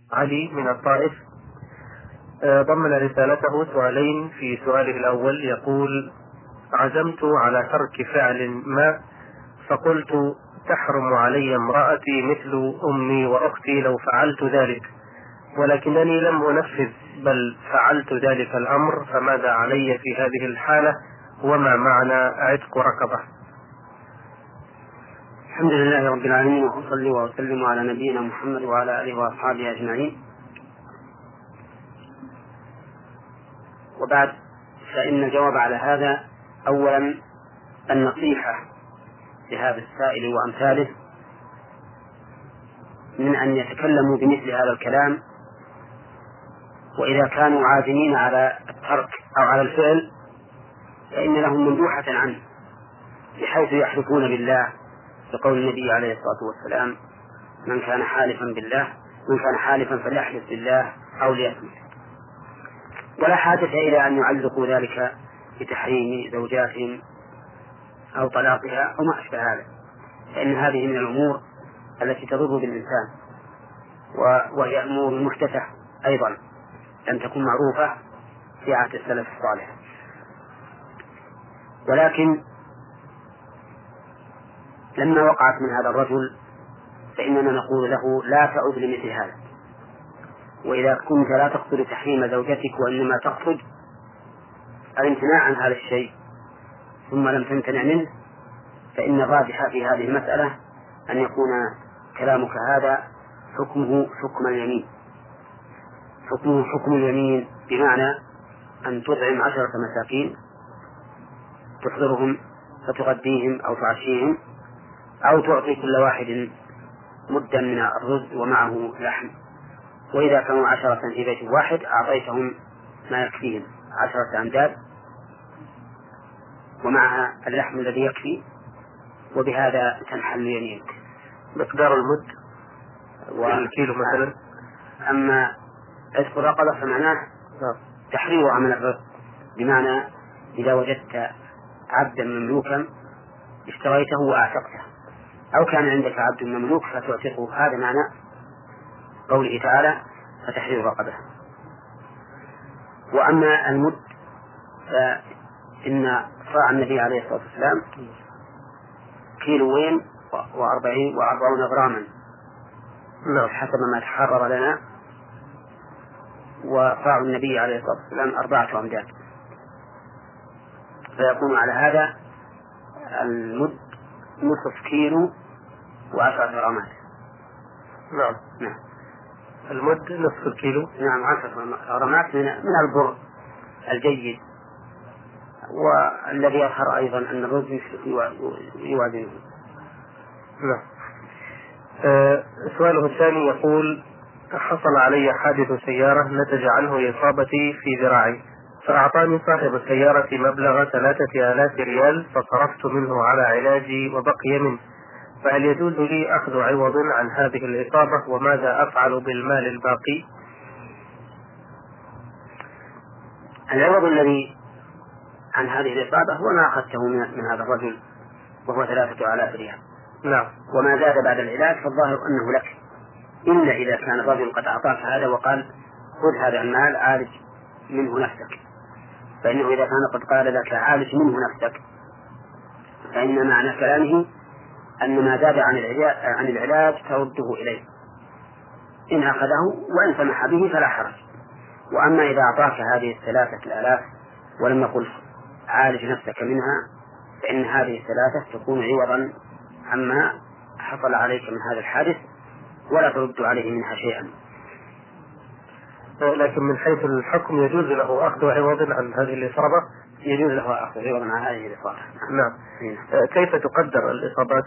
علي من الطائف ضمن رسالته سؤالين. في سؤاله الأول يقول: عزمت على ترك فعل ما، فقلت تحرم علي امرأتي مثل أمي وأختي لو فعلت ذلك، ولكنني لم أنفذ بل فعلت ذلك الأمر، فماذا علي في هذه الحالة؟ وما معنى عتق رقبة؟ الحمد لله رب العالمين، وأصلي وأسلم على نبينا محمد وعلى آله وأصحابه أجمعين، وبعد. فإن الجواب على هذا أولا النصيحة لهذا السائل وأمثاله من أن يتكلموا بمثل هذا الكلام، وإذا كانوا عازمين على الترك أو على الفعل فإن لهم مندوحة عنه، بحيث يحلفون بالله بقول النبي عليه الصلاة والسلام: من كان حالفا فليحلف بالله أو ليصمت. ولا حاجة إلى أن يعلقوا ذلك بتحريم زوجاتهم أو طلاقها أو ما أشبه هذا، فإن هذه من الأمور التي تضر بالإنسان، وهي أمور محدثة أيضا لم تكن معروفة في عهد السلف الصالح. ولكن لما وقعت من هذا الرجل فإننا نقول له: لا تعد لمثل هذا، وإذا كنت لا تقصد تحريم زوجتك وإنما تقصد الامتناع عن هذا الشيء ثم لم تمتنع منه، فإن الراجح في هذه المسألة أن يكون كلامك هذا حكمه حكم اليمين، بمعنى أن تطعم 10 مساكين تحضرهم فتغديهم أو تعشيهم، أو تعطي كل واحد مدا من الرز ومعه لحم، وإذا كانوا 10 في بيت واحد أعطيتهم ما يكفيهم 10 أمداد ومعها اللحم الذي يكفي، وبهذا تنحل يمينك. مقدار المد والكيلو مثلا. أما عتق الرقبة فمعناه تحرير عمل الرزق، بمعنى إذا وجدت عبدا مملوكا اشتريته وأعتقته، أو كان عندك عبد مملوك فتعتقه، هذا معنى قوله تعالى: فتحرير رقبة. وأما المد فإن صاع النبي عليه الصلاة والسلام 240 غراما حسب ما تحرر لنا، وصاع النبي عليه الصلاة والسلام 4 أمداد، فيكون على هذا المد نصف كيلو و10 غرامات. نعم. المد نصف الكيلو. نعم، 10 غرامات من البر الجيد، والذي يظهر أيضا أن الرز يوازنه. نعم. سؤاله الثاني يقول: حصل علي حادث سيارة نتج عنه إصابتي في ذراعي، فأعطاني صاحب السيارة مبلغ 3000 ريال فصرفت منه على علاجي وبقي منه، فهل يجوز لي أخذ عوض عن هذه الإصابة؟ وماذا أفعل بالمال الباقي؟ العوض الذي عن هذه الإصابة هو ما أخذته من هذا الرجل، وهو 3000 ريال. نعم. وما زاد بعد العلاج فالظاهر أنه لك، إلا إذا كان الرجل قد أعطاك هذا وقال: خذ هذا المال عالج منه نفسك، فإنه إذا كان قد قال لك عالج منه نفسك فإن معنى كلامه أن ما زاد عن العلاج ترده إليه، إن أخذه وإن سمح به فلا حرج. وأما إذا أعطاك هذه 3000 ولم يقل عالج نفسك منها فإن هذه 3 تكون عوضا عما حصل عليك من هذا الحادث، ولا ترد عليه منها شيئا. لكن من حيث الحكم يجوز له أخذ عوض عن هذه الإصابة؟ يجوز له أخذ عوض عن هذه الإصابة. نعم. كيف تقدر الإصابات؟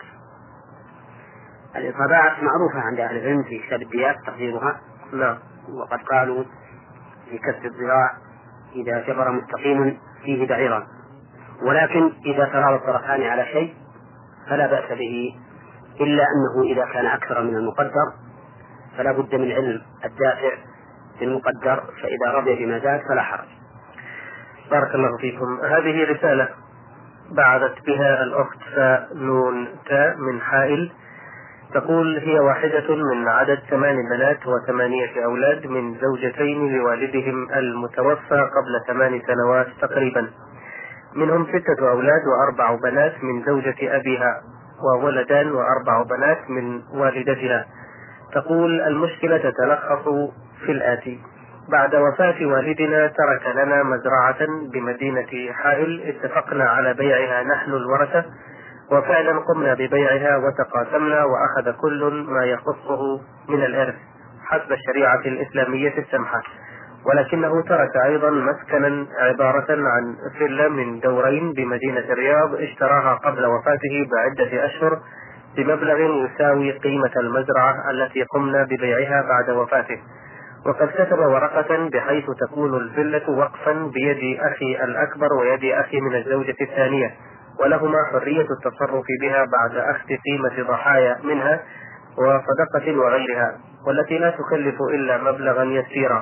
الإصابات معروفة عند أهل العلم في كتاب الديات تقديرها. نعم. وقد قالوا في كسر الذراع إذا جبر مستقيما فيه بعيرا، ولكن إذا تراضى الطرفان على شيء فلا بأس به، إلا أنه إذا كان أكثر من المقدر فلا بد من علم الدافع بالمقدر، فإذا رضي بما زاد فلا حرج. بارك الله فيكم. هذه رسالة بعثت بها الأخت فنون تاء من حائل، تقول: هي واحدة من عدد 8 بنات و8 أولاد من زوجتين لوالدهم المتوفى قبل 8 سنوات تقريبا، منهم 6 أولاد و4 بنات من زوجة أبيها، وولدان و4 بنات من والدتها. تقول: المشكلة تتلخص في الآتي: بعد وفاة والدنا ترك لنا مزرعة بمدينة حائل اتفقنا على بيعها نحن الورثة، وفعلا قمنا ببيعها وتقاسمنا وأخذ كل ما يخصه من الإرث حسب الشريعة الإسلامية السمحة، ولكنه ترك أيضا مسكنا عبارة عن فيلا من دورين بمدينة الرياض اشتراها قبل وفاته بعدة أشهر بمبلغ يساوي قيمة المزرعة التي قمنا ببيعها بعد وفاته، وقد كتب ورقة بحيث تكون الفيلة وقفا بيد أخي الأكبر ويد أخي من الزوجة الثانية، ولهما حرية التصرف بها بعد أخذ قيمة ضحايا منها وصدقة وغيرها، والتي لا تكلف إلا مبلغا يسيرا.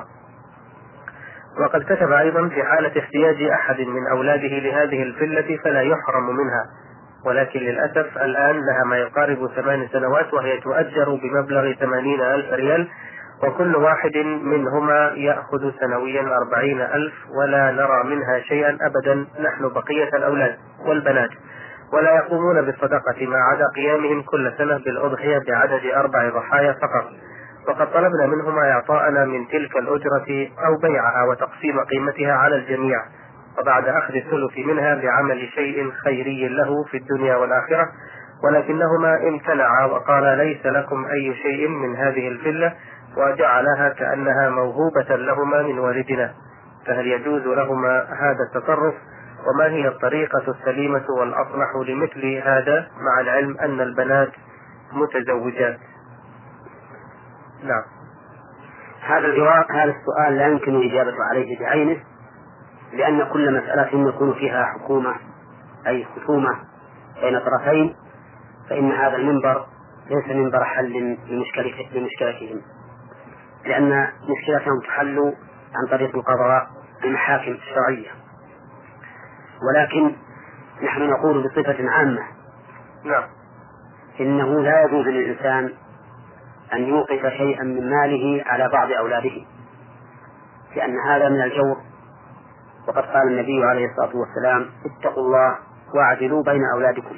وقد كتب أيضا: في حالة احتياج أحد من أولاده لهذه الفيلة فلا يحرم منها، ولكن للأسف الآن لها ما يقارب 8 سنوات وهي تؤجر بمبلغ 80,000 ريال، وكل واحد منهما يأخذ سنويا 40,000، ولا نرى منها شيئا أبدا نحن بقية الأولاد والبنات، ولا يقومون بالصدقة ما عدا قيامهم كل سنة بالأضحية بعدد 4 ضحايا فقط. وقد طلبنا منهما إعطاءنا من تلك الأجرة أو بيعها وتقسيم قيمتها على الجميع، وبعد أخذ الثلث منها بعمل شيء خيري له في الدنيا والآخرة، ولكنهما امتنعا وقالا: ليس لكم أي شيء من هذه الفلة، وجعلها كأنها موهوبة لهما من والدنا، فهل يجوز لهما هذا التصرف؟ وما هي الطريقة السليمة والأصلح لمثل هذا، مع العلم أن البنات متزوجات؟ نعم. هذا السؤال لا يمكن الإجابة عليه بعينه، لأن كل مسألة يكون فيها حكومة أي خصومة بين طرفين، فإن هذا المنبر ليس منبر حل لمشكلتهم، لأن مشكلتهم تحل عن طريق القضاء المحاكم الشرعية. ولكن نحن نقول بصفة عامة: نعم. إنه لا يجوز للإنسان أن يوقف شيئا من ماله على بعض أولاده، لأن هذا من الجور، وقد قال النبي عليه الصلاة والسلام: اتقوا الله واعدلوا بين أولادكم.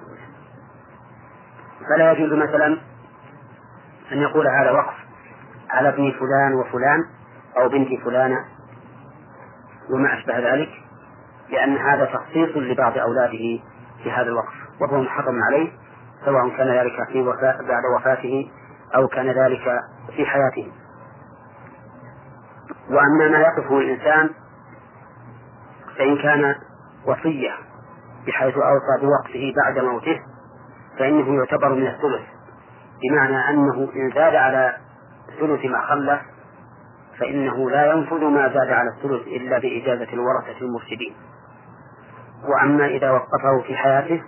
فلا يجوز مثلا أن يقول هذا وقف على ابن فلان وفلان أو بنت فلانة وما أشبه ذلك، لأن هذا تخصيص لبعض أولاده في هذا الوقف، وهو محرم عليه، سواء كان ذلك بعد وفاته أو كان ذلك في حياته. وأما ما يقفه الإنسان فإن كان وصية بحيث أوصى بوقفه بعد موته فإنه يعتبر من الثلث، بمعنى أنه إن زاد على ثلث ما خلف فإنه لا ينفذ ما زاد على الثلث إلا بإجازة الورثة المرشدين. وأما إذا وقفه في حياته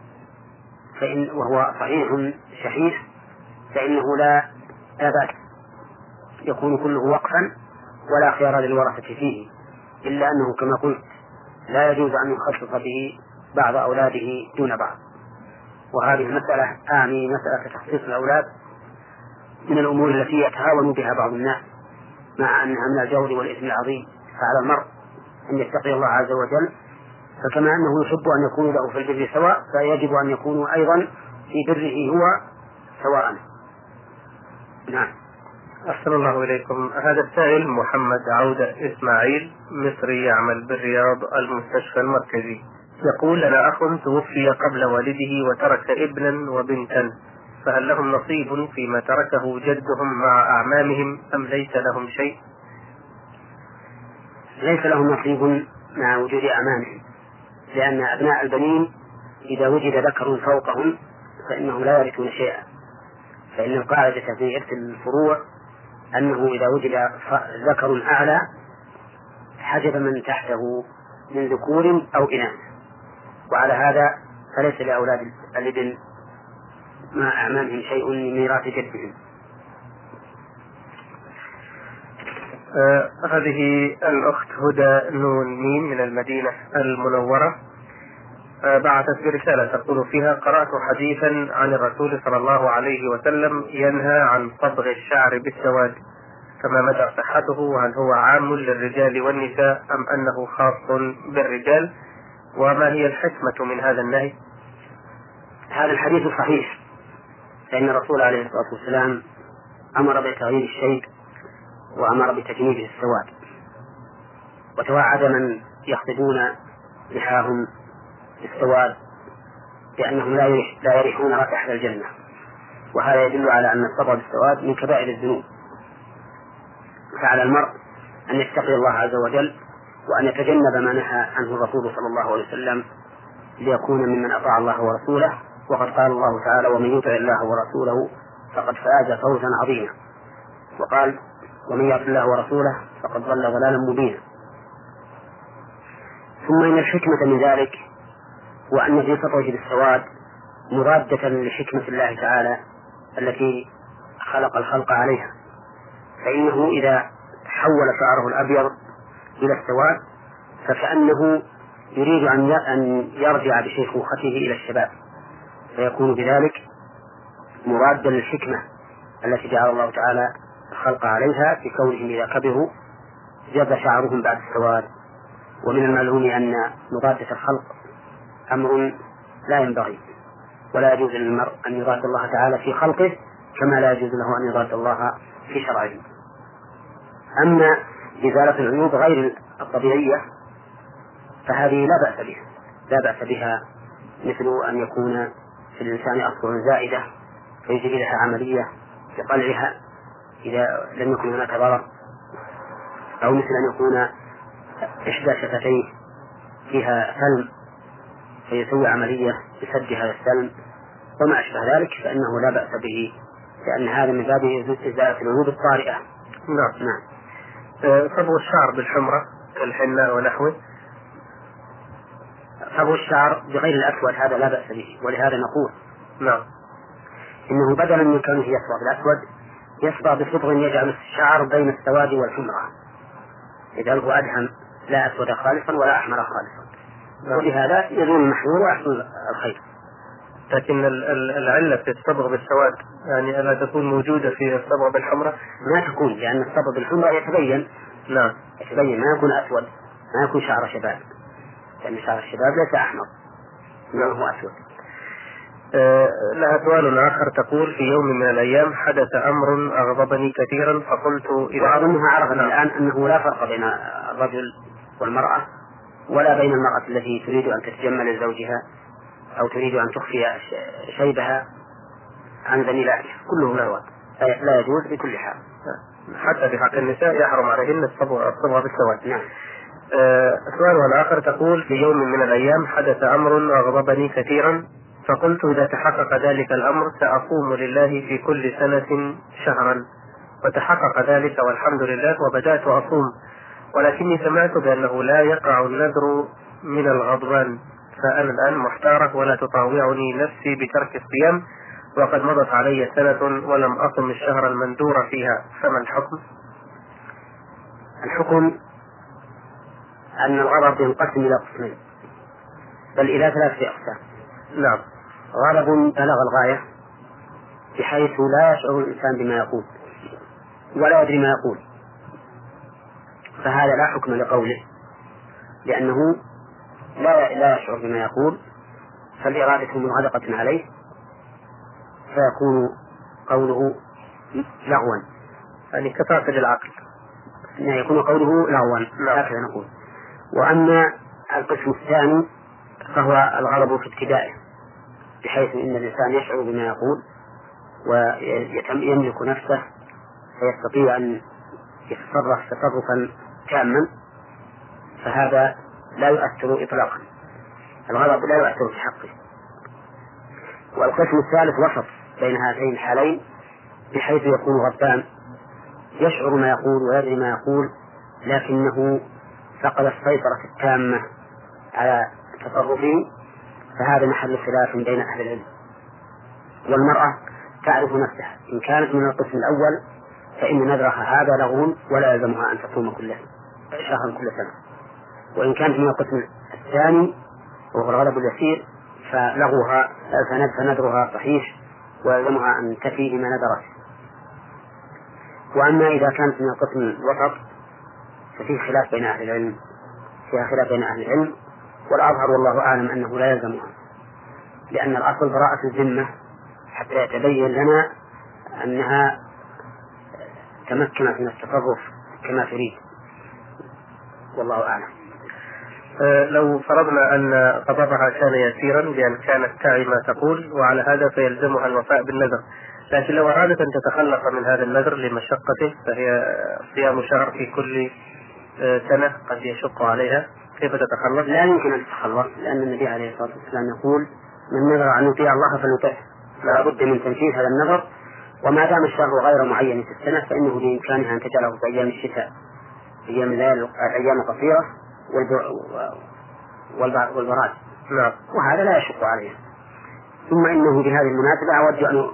وهو صحيح شحيح فإنه لا بأس، يكون كله وقفا ولا خيار للورثة فيه، إلا أنه كما قلت لا يجوز أن يخصص به بعض أولاده دون بعض. وهذه المسألة أعني مسألة تخصيص الأولاد من الأمور التي يتهاون بها بعض الناس، مع أنها من الجور والإثم العظيم، فعلى المرء أن يتقي الله عز وجل، فكما أنه يحب أن يكون له في البر سواء فيجب أن يكونوا أيضا في بره هو سواء. نعم. أحسن الله إليكم. هذا السائل محمد عودة إسماعيل، مصري يعمل بالرياض المستشفى المركزي، يقول: أنا أخ توفي قبل والده وترك ابنا وبنتا، فهل لهم نصيب فيما تركه جدهم مع أعمامهم أم ليس لهم شيء؟ ليس لهم نصيب مع وجود أعمامهم، لأن أبناء البنين إذا وجد ذكر فوقهم فإنهم لا يرثون شيئا، فإن القاعدة في إرث الفروع أنه إذا وجد ذكر أعلى حجب من تحته من ذكور أو إناث، وعلى هذا فليس لأولاد الابن مع أعمامهم شيء من ميراث جدهم. هذه الأخت هدى نون مين من المدينة المنورة، بعثت برسالة تقول فيها: قرأت حديثا عن الرسول صلى الله عليه وسلم ينهى عن صبغ الشعر بالسواد، فما مدى صحته؟ وهل هو عام للرجال والنساء أم أنه خاص بالرجال؟ وما هي الحكمة من هذا النهي؟ هذا الحديث صحيح، فإن الرسول عليه الصلاة والسلام أمر بتغيير الشيب وأمر بتجنيبه السواد، وتوعد من يخطبون لحاهم بالسواد بأنهم لا يريحون رائحة الجنة، وهذا يدل على أن الصبغ بالسواد من كبائر الذنوب. فعلى المرء أن يتقي الله عز وجل وأن يتجنب ما نهى عنه الرسول صلى الله عليه وسلم ليكون ممن أطاع الله ورسوله. وقد قال الله تعالى: ومن يطع الله ورسوله فقد فاز فوزا عظيما. وقال: ومن يطع الله ورسوله فقد ضل ضلالا مبينا. ثم إن الحكمة من ذلك وأن في صبغه بالسواد مضادة لحكمة الله تعالى التي خلق الخلق عليها، فإنه إذا حول شعره الأبيض إلى السواد فكأنه يريد أن يرجع بشيخوخته إلى الشباب، فيكون بذلك مرادا للحكمة التي جعل الله تعالى الخلق عليها في كونهم إذا كبروا جاب شعرهم بعد السواد. ومن المعلوم أن مضادة الخلق أمر لا ينبغي، ولا يجوز للمرء أن يضاد الله تعالى في خلقه كما لا يجوز له أن يضاد الله في شرعه. أما إزالة العيوب غير الطبيعية فهذه لا بأس بها، مثل أن يكون في الإنسان أصبع زائدة فيجري لها عملية لقلعها إذا لم يكن هناك ضرر، أو مثل أن يكون إحدى شفتيه فيها سلم فيسوي عملية بسد هذا السلم وما أشبه ذلك، فإنه لا بأس به، لأن هذا من باب إزالة العيوب الطارئة. نعم. صبغ الشعر بالحمرة كالحناء ونحوه. صبغ الشعر بغير الأسود هذا لا بأس به، ولهذا نقول نعم إنه بدلا من كونه يصبغ بالأسود يصبغ بصبغ يجعل الشعر بين السواد والحمرة، يجعله أدهم لا أسود خالصا ولا أحمر خالصا، ولهذا يزول المحظور ويحصل الخير. لكن العلة في الصبغ بالسواد يعني ألا تكون موجودة في الصبغ بالحمرة؟ ما تكون، لأن الصبغ بالحمرة يتبين. نعم، يتبين، ما يكون أسود، ما يكون شعر شباب، لأن شعر الشباب ليس أحمر، هو أسود. لها سؤال آخر تقول: في يوم من الأيام حدث أمر أغضبني كثيرا فقلت إذا وأظنها عرفت الآن أنه لا فرق بين الرجل والمرأة، ولا بين المرأة التي تريد أن تتجمل لزوجها أو تريد أن تخفي شيبها عن زميلاتها، كله لا يجوز بكل حال. حتى في حق النساء يحرم عليهن الصبغ بالسواد. نعم. سؤال آخر تقول: في يوم من الأيام حدث أمر أغضبني كثيرا فقلت إذا تحقق ذلك الأمر سأصوم لله في كل سنة شهرا، وتحقق ذلك والحمد لله وبدأت أصوم، ولكني سمعت بأنه لا يقع النذر من الغضبان، فأنا الآن محتارة ولا تطاوعني نفسي بترك الصيام وقد مضت علي سنة ولم أصم الشهر المندور فيها، فما الحكم؟ الحكم أن الغضب ينقسم إلى قسمين، بل إلى 3 أقسام. نعم. غضب بلغ الغاية بحيث لا يشعر الإنسان بما يقول ولا يدري ما يقول، فهذا لا حكم لقوله، لأنه لا يشعر بما يقول، فالإرادة منغلقة عليه فيكون قوله لغوا، يعني كفاقد العقل، يكون قوله لغوا، هكذا نقول. وأما القسم الثاني فهو الغضب في ابتدائه، بحيث إن الإنسان يشعر بما يقول ويملك نفسه فيستطيع أن يتصرف تصرفا تاما، فهذا لا يؤثر إطلاقا، الغضب لا يؤثر في حقه. والقسم الثالث وسط بين هاتين الحالين، بحيث يكون غضبان يشعر ما يقول ويدري ما يقول، لكنه فقد السيطرة التامة على تصرفه، فهذا محل خلاف بين أهل العلم. والمرأة تعرف نفسها، إن كانت من القسم الأول فإن نذرها هذا لغو ولا يلزمها أن تصوم كل شهر كل سنة، وإن كانت من القسم الثاني وهو الغضب اليسير فلغوها فنذرها صحيح ويلزمها أن تفي بما نذرت. وأما إذا كانت من القسم الوسط ففيه خلاف بين أهل العلم، والأظهر والله أعلم أنه لا يلزمها، لأن الأصل براءة الذمة حتى يتبين لنا أنها تمكنت من التصرف كما تريد، والله أعلم. لو فرضنا أن غضبها كان يسيرا لأن كانت تعي ما تقول، وعلى هذا فيلزمها الوفاء بالنذر، لكن لو أرادت أن تتخلص من هذا النذر لمشقته فهي صيام شهر في كل سنة قد يشق عليها، كيف تتخلص؟ لا يمكن أن تتخلص، لأن النبي عليه الصلاة والسلام يقول من نذر أن يطيع الله فليطيعه، لا بد من تنفيذ هذا النذر، وما دام الشهر غير معين في السنة فإنه بإمكانها أن تجعله في أيام الشتاء، أيام قصيرة والبراد. نعم. وهذا لا يشق عليها. ثم إنه بهذه المناسبة أود أن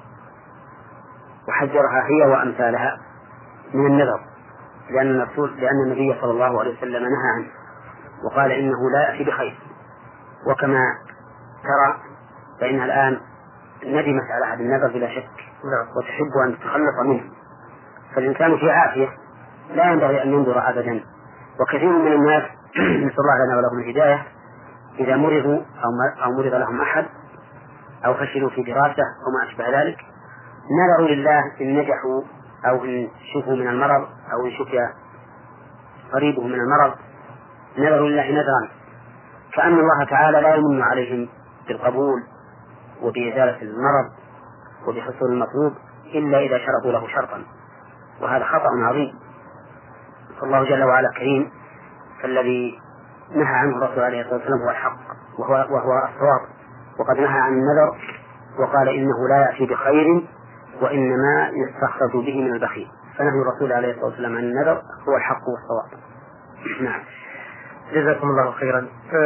أحذرها هي وأمثالها من النذر، لأن النبي صلى الله عليه وسلم نهى عنه وقال إنه لا يأتي بخير. وكما ترى فإنها الآن ندمت على هذا النذر بلا شك، وتحب أن تتخلص منه، فالإنسان في عافية لا ينبغي أن ينظر أبدا. وكثير من الناس نسأل الله لنا ولهم الهداية إذا مرضوا أو مرض لهم أحد أو فشلوا في دراسة أو ما أشبه ذلك نذروا لله إن نجحوا أو إن شفوا من المرض أو إن شفي قريبهم من المرض، نذروا لله نذرا كأن الله تعالى لا يمن عليهم بالقبول وبإزالة المرض وبحصول المطلوب إلا إذا شرطوا له شرطا، وهذا خطأ عظيم. فالله جل وعلا كريم، فالذي نهى عنه الرسول عليه الصلاة والسلام هو الحق وهو الصواب، وقد نهى عن النذر وقال إنه لا يأتي بخير وإنما يستخلص به من البخيل، فنهي الرسول عليه الصلاة والسلام عن النذر هو الحق والصواب. نعم. جزاكم الله خيرا.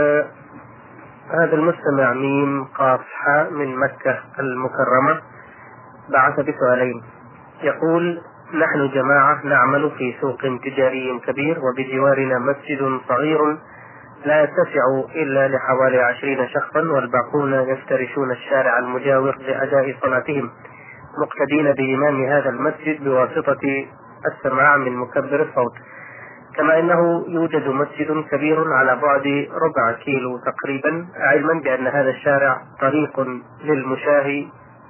هذا المستمع ميم قاف حاء من مكة المكرمة بعث بسؤالين، يقول: نحن جماعة نعمل في سوق تجاري كبير، وبجوارنا مسجد صغير لا يتسع إلا لحوالي 20 شخصا، والباقون يفترشون الشارع المجاور لأداء صلاتهم، مقتدين بإمام هذا المسجد بواسطة السماع من مكبر الصوت. كما أنه يوجد مسجد كبير على بعد 4 كيلو تقريبا، علما بأن هذا الشارع طريق للمشاة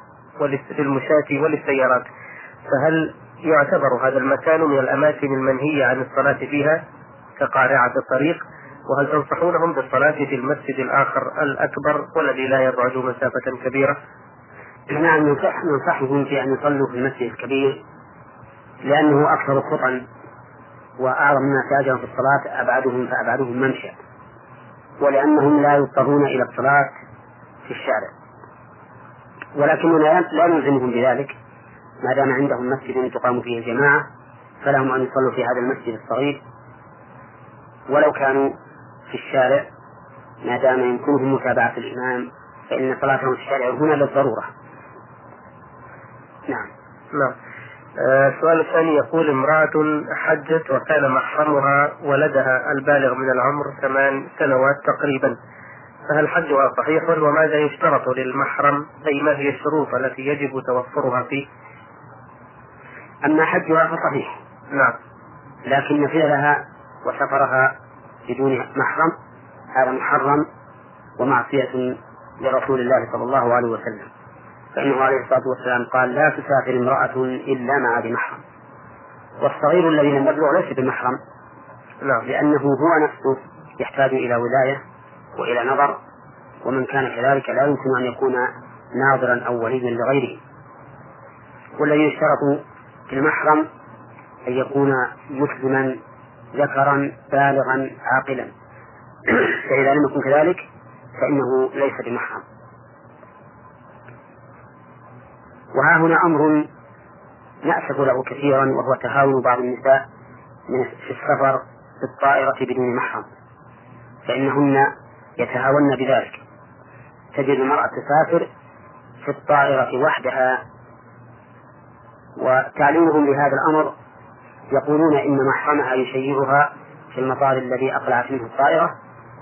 وللسيارات، فهل يعتبر هذا المكان من الأماكن المنهية عن الصلاة فيها كقارعة الطريق؟ وهل تنصحونهم بالصلاة في المسجد الآخر الأكبر والذي لا يبعد مسافة كبيرة؟ نعم، ننصحهم في أن يصلوا في المسجد الكبير، لأنه أكثر خطأ وأعظم الناس أجرا في الصلاة فأبعدهم ممشى، ولأنهم لا يضطرون إلى الصلاة في الشارع. ولكننا لا نلزمهم بذلك، ما دام عندهم مسجد تقام فيه الجماعة فلهم أن يصلوا في هذا المسجد الصغير ولو كانوا في الشارع، ما دام يمكنهم متابعة الإمام، فإن صلاتهم في الشارع هنا للضرورة. نعم. السؤال الثاني يقول: امرأة حجت وكان محرمها ولدها البالغ من العمر 8 سنوات تقريبا، فهل حجها صحيح؟ وماذا يشترط للمحرم؟ أي ما هي الشروط التي يجب توفرها فيه؟ أما حجها فصحيح، نعم، لكن فعلها وسفرها بدون محرم هذا محرم ومعصية لرسول الله صلى الله عليه وسلم، فإنه عليه الصلاة والسلام قال: لا تسافر امرأة إلا مع ذي محرم. والصغير الذي لم يبلغ ليس بمحرم، لأنه هو نفسه يحتاج إلى ولاية وإلى نظر، ومن كان كذلك لا يمكن أن يكون ناظرا أو وليا لغيره. والذي يشترط في المحرم أن يكون مسلما ذكرا بالغا عاقلا، فإذا لم يكن كذلك فإنه ليس بمحرم. وها هنا أمر نأسف له كثيرا، وهو تهاون بعض النساء في السفر في الطائرة بدون محرم، فإنهن يتهاون بذلك. تجد المرأة تسافر في الطائرة وحدها، وتعليمهم لهذا الأمر يقولون إن محرمها يشيعها في المطار الذي أقلعت منه الطائرة،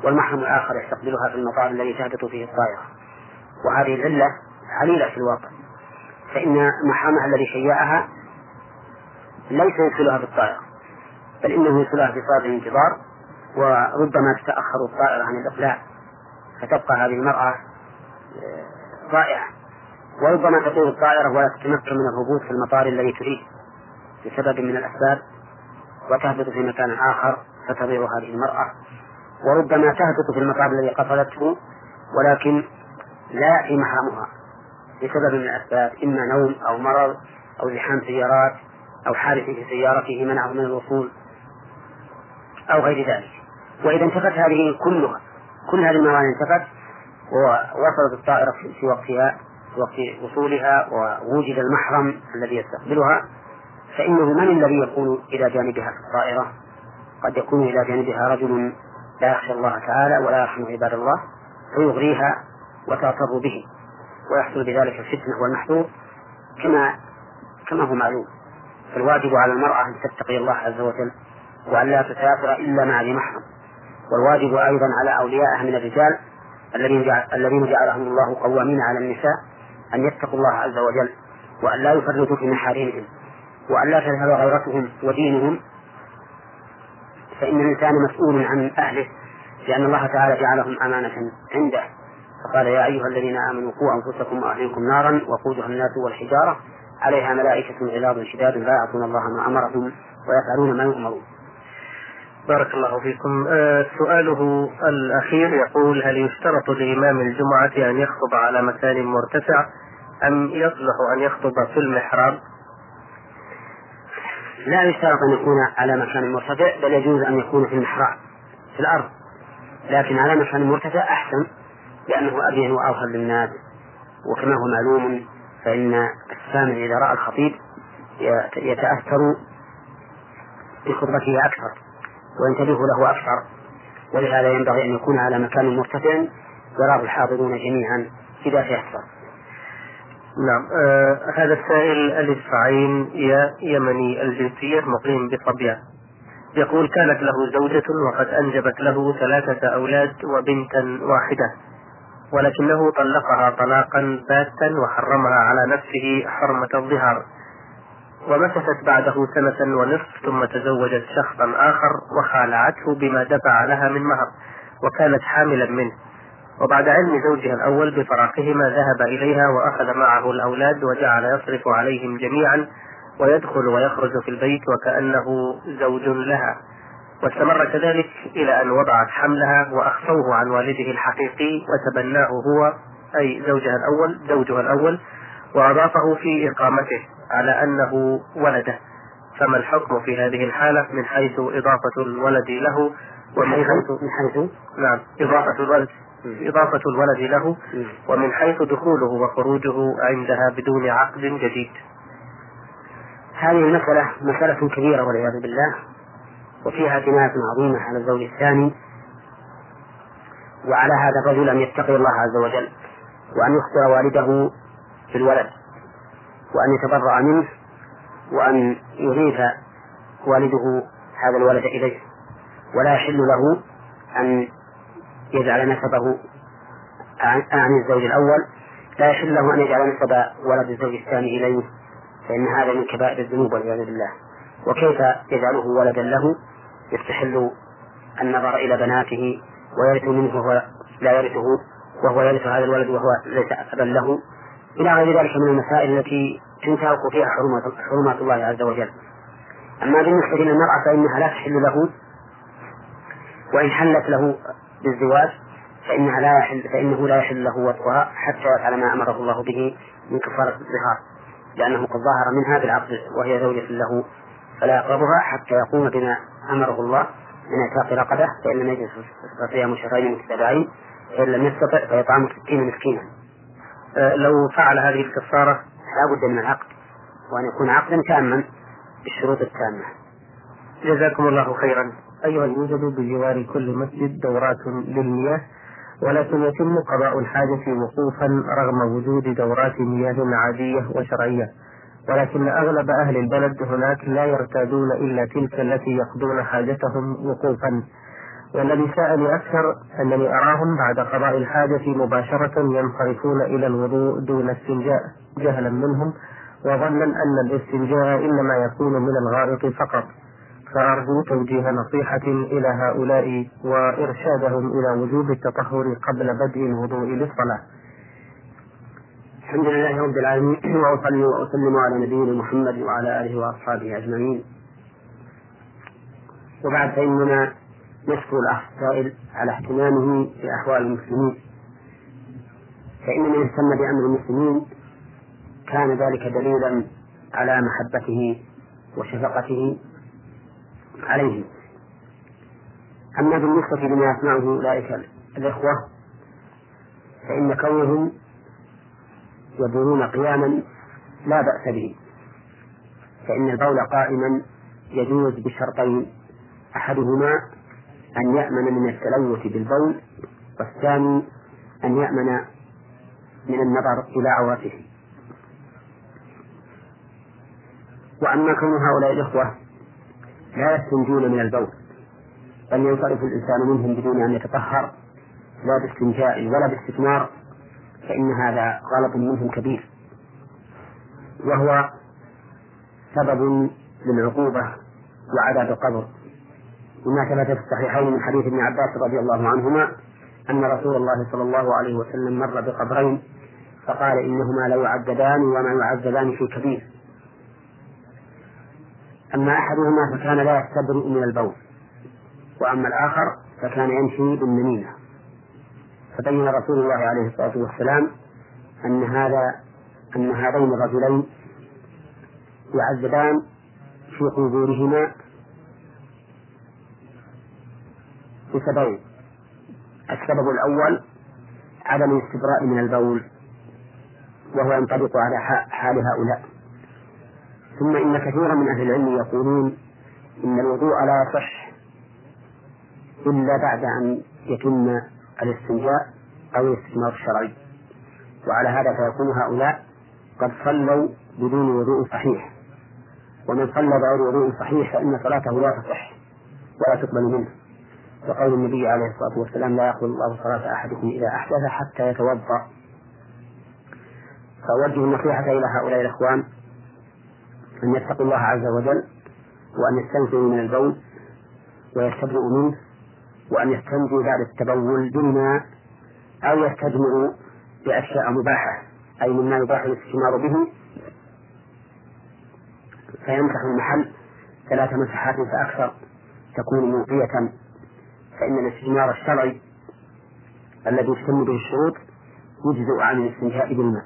والمحرم الآخر يستقبلها في المطار الذي تهبط فيه الطائرة. وهذه العلة عليلة في الواقع، فإن محرمها الذي شيعها ليس يدخلها في الطائرة، بل إنه يدخلها في صالة الانتظار، وربما تتأخر الطائرة عن الإقلاع فتبقى هذه المرأة ضائعة، وربما تطير الطائرة ولا تتمكن من الهبوط في المطار الذي تريد بسبب من الأسباب وتهبط في مكان آخر فتضيع هذه المرأة، وربما تهبط في المطار الذي قصدته ولكن لا يأتي محرمها بسبب من الأسباب، إما نوم أو مرض أو زحام سيارات أو حادث في سيارته منعه من الوصول أو غير ذلك. وإذا انتفت هذه كلها، كل هذه الموانع انتفت ووصلت الطائرة في وقتها، في وقت وصولها، ووجد المحرم الذي يستقبلها، فإنه من الذي يكون إلى جانبها في الطائرة؟ قد يكون إلى جانبها رجل لا يخشى الله تعالى ولا يرحم عباد الله فيغريها وتغتر به، ويحصل بذلك الفتنة والمحذور كما هو معلوم. فالواجب على المرأة أن تتقي الله عز وجل وأن لا تسافر إلا مع ذي محرم، والواجب أيضا على أوليائها من الرجال الذين جعلهم الله قوامين على النساء أن يتقوا الله عز وجل وأن لا يفرطوا في محارمهم وأن لا تذهب غيرتهم ودينهم، فإن الإنسان مسؤول عن أهله، لأن الله تعالى جعلهم أمانة عنده، فقال يا أيها الذين آمنوا قوا أنفسكم وأهليكم نارا وقودها الناس والحجارة عليها ملائكة غلاظ شداد لا يعصون الله ما أمرهم ويفعلون ما يؤمرون. بارك الله فيكم. سؤاله الأخير يقول: هل يشترط لإمام الجمعة أن يخطب على مكان مرتفع أم يصلح أن يخطب في المحراب؟ لا يشترط أن يكون على مكان مرتفع، بل يجوز أن يكون في المحراب في الأرض، لكن على مكان مرتفع أحسن لأنه أبين وأظهر للناس. وكما هو معلوم فإن السامع إذا رأى الخطيب يتأثر بخطبته أكثر وينتبه له أكثر، ولهذا ينبغي أن يكون على مكان مرتفع يراه الحاضرون جميعا إذا تيسر. نعم. هذا السائل الإسفعين يمني الجنسية مقيم بصبيان، يقول: كانت له زوجة وقد أنجبت له 3 أولاد وبنتا واحدة، ولكنه طلقها طلاقا باتا وحرمها على نفسه حرمة الظهار، ومكثت بعده 1.5 سنة ثم تزوجت شخصا آخر وخالعته بما دفع لها من مهر، وكانت حاملا منه، وبعد علم زوجها الأول بفراقهما ذهب إليها وأخذ معه الأولاد وجعل يصرف عليهم جميعا ويدخل ويخرج في البيت وكأنه زوج لها، واستمر كذلك إلى أن وضعت حملها وأخفوه عن والده الحقيقي وتبناه هو أي زوجها الأول وأضافه في إقامته على أنه ولده، فما الحكم في هذه الحالة من حيث إضافة الولد له ومن حيث نعم إضافة الولد له ومن حيث دخوله وخروجه عندها بدون عقد جديد؟ هذه المسألة مسألة كبيرة والعياذ بالله، وفيها جناية عظيمة على الزوج الثاني، وعلى هذا الرجل أن يتقي الله عز وجل وأن يخبر والده بالولد وأن يتبرأ منه وأن يضيف والده هذا الولد إليه، ولا يحل له أن يجعل نسبه عن الزوج الأول، لا يحل له أن يجعل نسب ولد الزوج الثاني إليه، فإن هذا من كبائر الذنوب والعياذ بالله. وكيف يجعله ولدا له؟ يستحل النظر إلى بناته ويرث منه وهو لا يرثه، وهو يرث هذا الولد وهو ليس أبا له، إلى غير ذلك من المسائل التي تنتهك فيها حرمات الله عز وجل. أما بالنسبة للمرأة فإنها لا تحل له، وإن حلت له بالزواج فإنه لا يحل له وطئها حتى يفعل ما أمره الله به من كفارة الظهار، لأنه قد ظهر منها بالعقد وهي زوجة له، فلا يقربها حتى يقوم بما أمره الله من إعتاق رقبة، فإن لم يجد فصيام شهرين متتابعين، فإن لم يستطع فيطعم 60 مسكينا. لو فعل هذه الكفارة لا بد من العقد، وأن يكون عقدا تاما بالشروط التامة. جزاكم الله خيرا. أيها يوجد بجوار كل مسجد دورات للمياه، ولكن يتم قضاء الحاجة وقوفا رغم وجود دورات مياه عادية وشرعية، ولكن أغلب أهل البلد هناك لا يرتادون إلا تلك التي يقضون حاجتهم وقوفا، والذي ساءني أكثر أنني أراهم بعد قضاء الحاجة مباشرة ينصرفون إلى الوضوء دون استنجاء جهلا منهم، وظنا أن الاستنجاء إنما يكون من الغائط فقط. فأرجو توجيه نصيحة إلى هؤلاء وإرشادهم إلى وجوب التطهر قبل بدء الوضوء للصلاة. الحمد لله رب العالمين، وأصلي وأسلم على نبينا محمد وعلى آله وأصحابه أجمعين. وبعد، فإننا نشكر الأخ السائل على اهتمامه بأحوال المسلمين، فإن من اهتم بأمر المسلمين كان ذلك دليلا على محبته وشفقته عليهم. أما بالنسبة لما يسمعه أولئك الإخوة فإن كونهم يبولون قياما لا بأس به، فإن البول قائما يجوز بشرطين: أحدهما أن يأمن من التلوث بالبول، والثاني أن يأمن من النظر إلى عورته. وأما كون هؤلاء الإخوة لا يستنجون من البول بل ينصرف الإنسان منهم بدون أن يتطهر لا باستنجاء ولا باستثمار، فإن هذا غلط منهم كبير، وهو سبب للعقوبة وعذاب القبر، وما ثبت في الصحيحين من حديث ابن عباس رضي الله عنهما أن رسول الله صلى الله عليه وسلم مر بقبرين فقال: إنهما لا يعذبان وما يعذبان في كبير. أما أحدهما فكان لا يستبرئ من البول، وأما الآخر فكان يمشي بالنميمة. فبين رسول الله عليه الصلاة والسلام أن هذين الرجلين يعذبان في قبورهما بسببين: السبب الأول عدم الاستبراء من البول، وهو ينطبق على حال هؤلاء. ثم إن كثيرا من أهل العلم يقولون إن الوضوء لا يصح إلا بعد أن يتم الاستنجاء أو الاستثمار الشرعي، وعلى هذا فيكون هؤلاء قد صلوا بدون وضوء صحيح، ومن صلى بغير وضوء صحيح فإن صلاته لا تصح ولا تقبل منه، وقول النبي عليه الصلاة والسلام: لا يقبل الله صلاة أحدكم إذا أحدث حتى يتوضأ. فأوجه النصيحة إلى هؤلاء الإخوان أن يتقوا الله عز وجل، وأن يستنفروا من البول ويستبرئوا منه، وأن يستنجوا بعد التبول بالماء أو يستجمعوا بأشياء مباحة، أي مما يباح الاستثمار به، فيمسح المحل 3 مسحات فأكثر تكون موقية، فإن الاستثمار الشرعي الذي يتم به الشروط يجزئ عن الاستنجاء بالماء.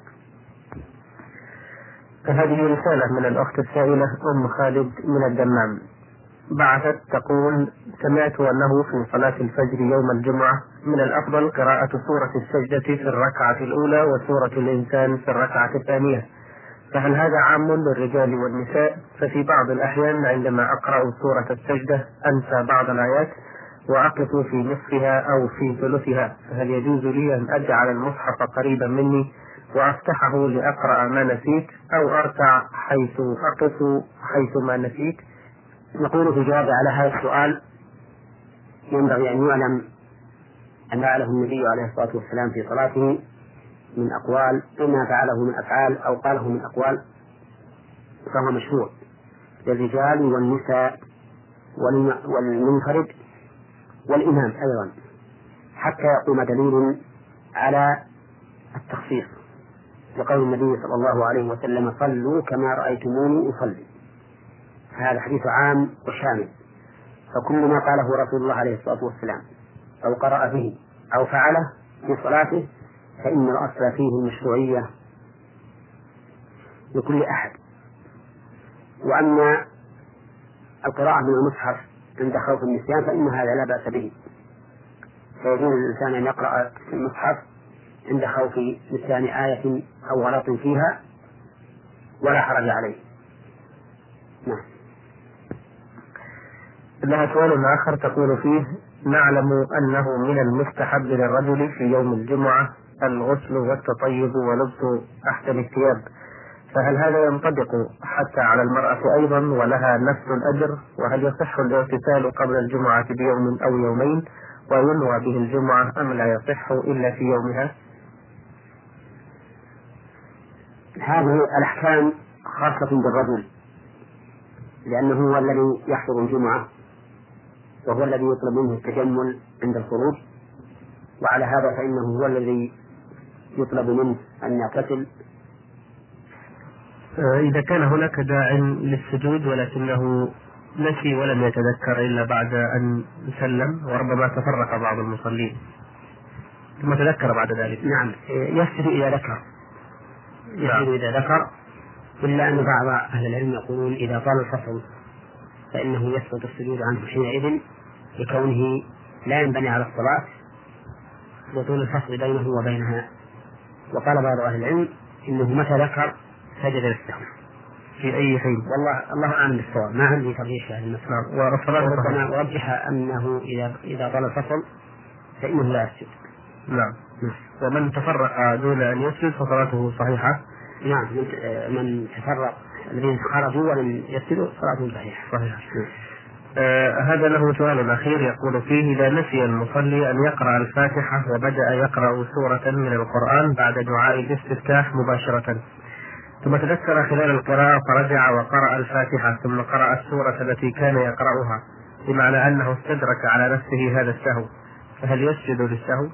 هذه رسالة من الأخت السائلة أم خالد من الدمام، بعثت تقول: سمعت أنه في صلاة الفجر يوم الجمعة من الأفضل قراءة سورة السجدة في الركعة الأولى وسورة الإنسان في الركعة الثانية، فهل هذا عام للرجال والنساء؟ ففي بعض الأحيان عندما أقرأ سورة السجدة أنسى بعض الآيات وأقف في نصفها أو في ثلثها، فهل يجوز لي أن أجعل المصحف قريبا مني وأفتحه لأقرأ ما نسيت، أو أركع حيث أقف حيث ما نسيت؟ نقول في جواب على هذا السؤال: ينبغي أن يعلم أن فعله النبي عليه الصلاة والسلام في صلاته من أقوال، إما فعله من أفعال أو قاله من أقوال، فهو مشروع للرجال والنساء والمنفرد والإمام أيضا، حتى يقوم دليل على التخصيص، لقول النبي صلى الله عليه وسلم: صلوا كما رأيتموني أصلي. هذا حديث عام وشامل، فكل ما قاله رسول الله عليه الصلاة والسلام أو قرأ به أو فعله في صلاته فإن الأصل فيه المشروعية لكل أحد. وأما القراءة من المصحف عند خوف النسيان فإن هذا لا بأس به، فيجوز للإنسان أن يقرأ في المصحف عند خوف نسيان آية أو غلط فيها ولا حرج عليه. نعم. لها سؤال آخر تقول فيه: نعلم أنه من المستحب للرجل في يوم الجمعة الغسل والتطيب ولبس أحسن الثياب، فهل هذا ينطبق حتى على المرأة أيضا ولها نفس الأجر؟ وهل يصح الاغتسال قبل الجمعة بيوم أو يومين وينوى به الجمعة أم لا يصح إلا في يومها؟ هذه الأحكام خاصة بالرجل، لأنه هو الذي يحضر الجمعة وهو الذي يطلب منه التجمل عند الخروج، وعلى هذا فإنه هو الذي يطلب منه أن يغتسل. إذا كان هناك داع للسجود ولكنه نسي ولم يتذكر إلا بعد أن سلم، وربما تفرق بعض المصلين ثم تذكر بعد ذلك. نعم، يسجد إذا ذكر، يسجد إذا ذكر، إلا أن بعض أهل العلم يقولون إذا طال الفصل فإنه يسقط السجود عنه حينئذ، لكونه لا ينبني على الصلاة وطول الفصل بينه وبينها. وقال بعض أهل العلم إنه متى ذكر سجد للسهو في أي حين. والله الله أعلم بالصواب، ما عندي ترجيح في هذه المسألة، وربما أرجح أنه إذا طال الفصل فإنه لا يسجد. نعم. ومن تفرق دون أن يسجد فصلاته صحيحة. نعم، من تفرق الذين خرجوا ولم يسجدوا صلاتهم صحيحة. هذا له سؤال أخير يقول فيه: إذا نسي المصلي أن يقرأ الفاتحة وبدأ يقرأ سورة من القرآن بعد دعاء الاستفتاح مباشرة، ثم تذكر خلال القراءة فرجع وقرأ الفاتحة ثم قرأ السورة التي كان يقرأها، بمعنى أنه استدرك على نفسه هذا السهو، فهل يسجد للسهو؟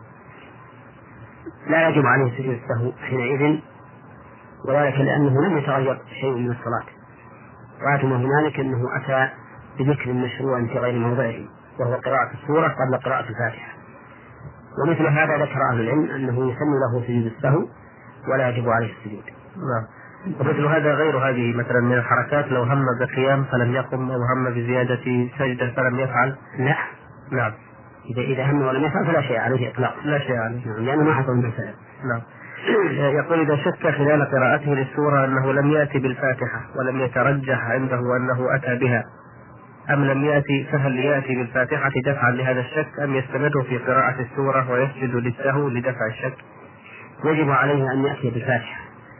لا يجب عليه سجود السهو حينئذ، وذلك لأنه لم يتغير شيء من الصلاة، وعاتم هنالك أنه أتى بذكر مشروع في غير موضعه وهو قراءة السورة قبل قراءة الفاتحة. ومثل هذا ذكر أهل العلم أنه يسن له سجود السهو ولا يجب عليه السجود. نعم. ومثل هذا غير هذه مثلا من الحركات، لو هم بقيام فلم يقم أو هم بزيادة سجدة فلم يفعل. لا. نعم. إذا هم ولم يفعل فلا شيء عليه إطلاقا. لا شيء عليه. نعم، لأنه ما حصل من سبب. نعم. يقول: إذا شك خلال قراءته للسورة أنه لم يأتي بالفاتحة ولم يترجح عنده أنه أتى بها أم لم يأتي، فهل يأتي بالفاتحة دفعا لهذا الشك أم يستمر في قراءة السورة ويسجد للسهو لدفع الشك؟ يجب عليه أن يأتي بالفاتحة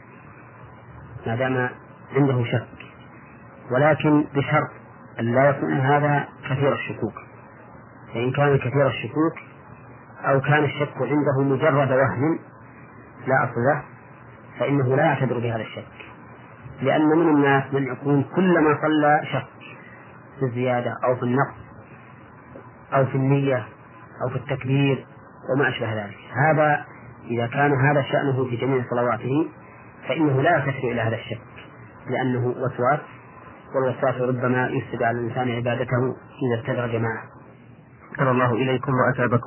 ما دام عنده شك، ولكن بشرط أن لا يكون هذا كثير الشكوك. فإن كان كثير الشكوك أو كان الشك عنده مجرد وهم لا أصل له فإنه لا يعتبر بهذا الشك، لأن من الناس من يكون كلما صلى شك في الزيادة أو في النقص أو في النية أو في التكبير وما أشبه ذلك. هذا إذا كان هذا شأنه في جميع صلواته فإنه لا يكفي إلى هذا الشك، لأنه وسواس، والوسواس ربما يفسد على الإنسان عبادته إذا استدرج معه. شكر الله إليكم وأتابكم.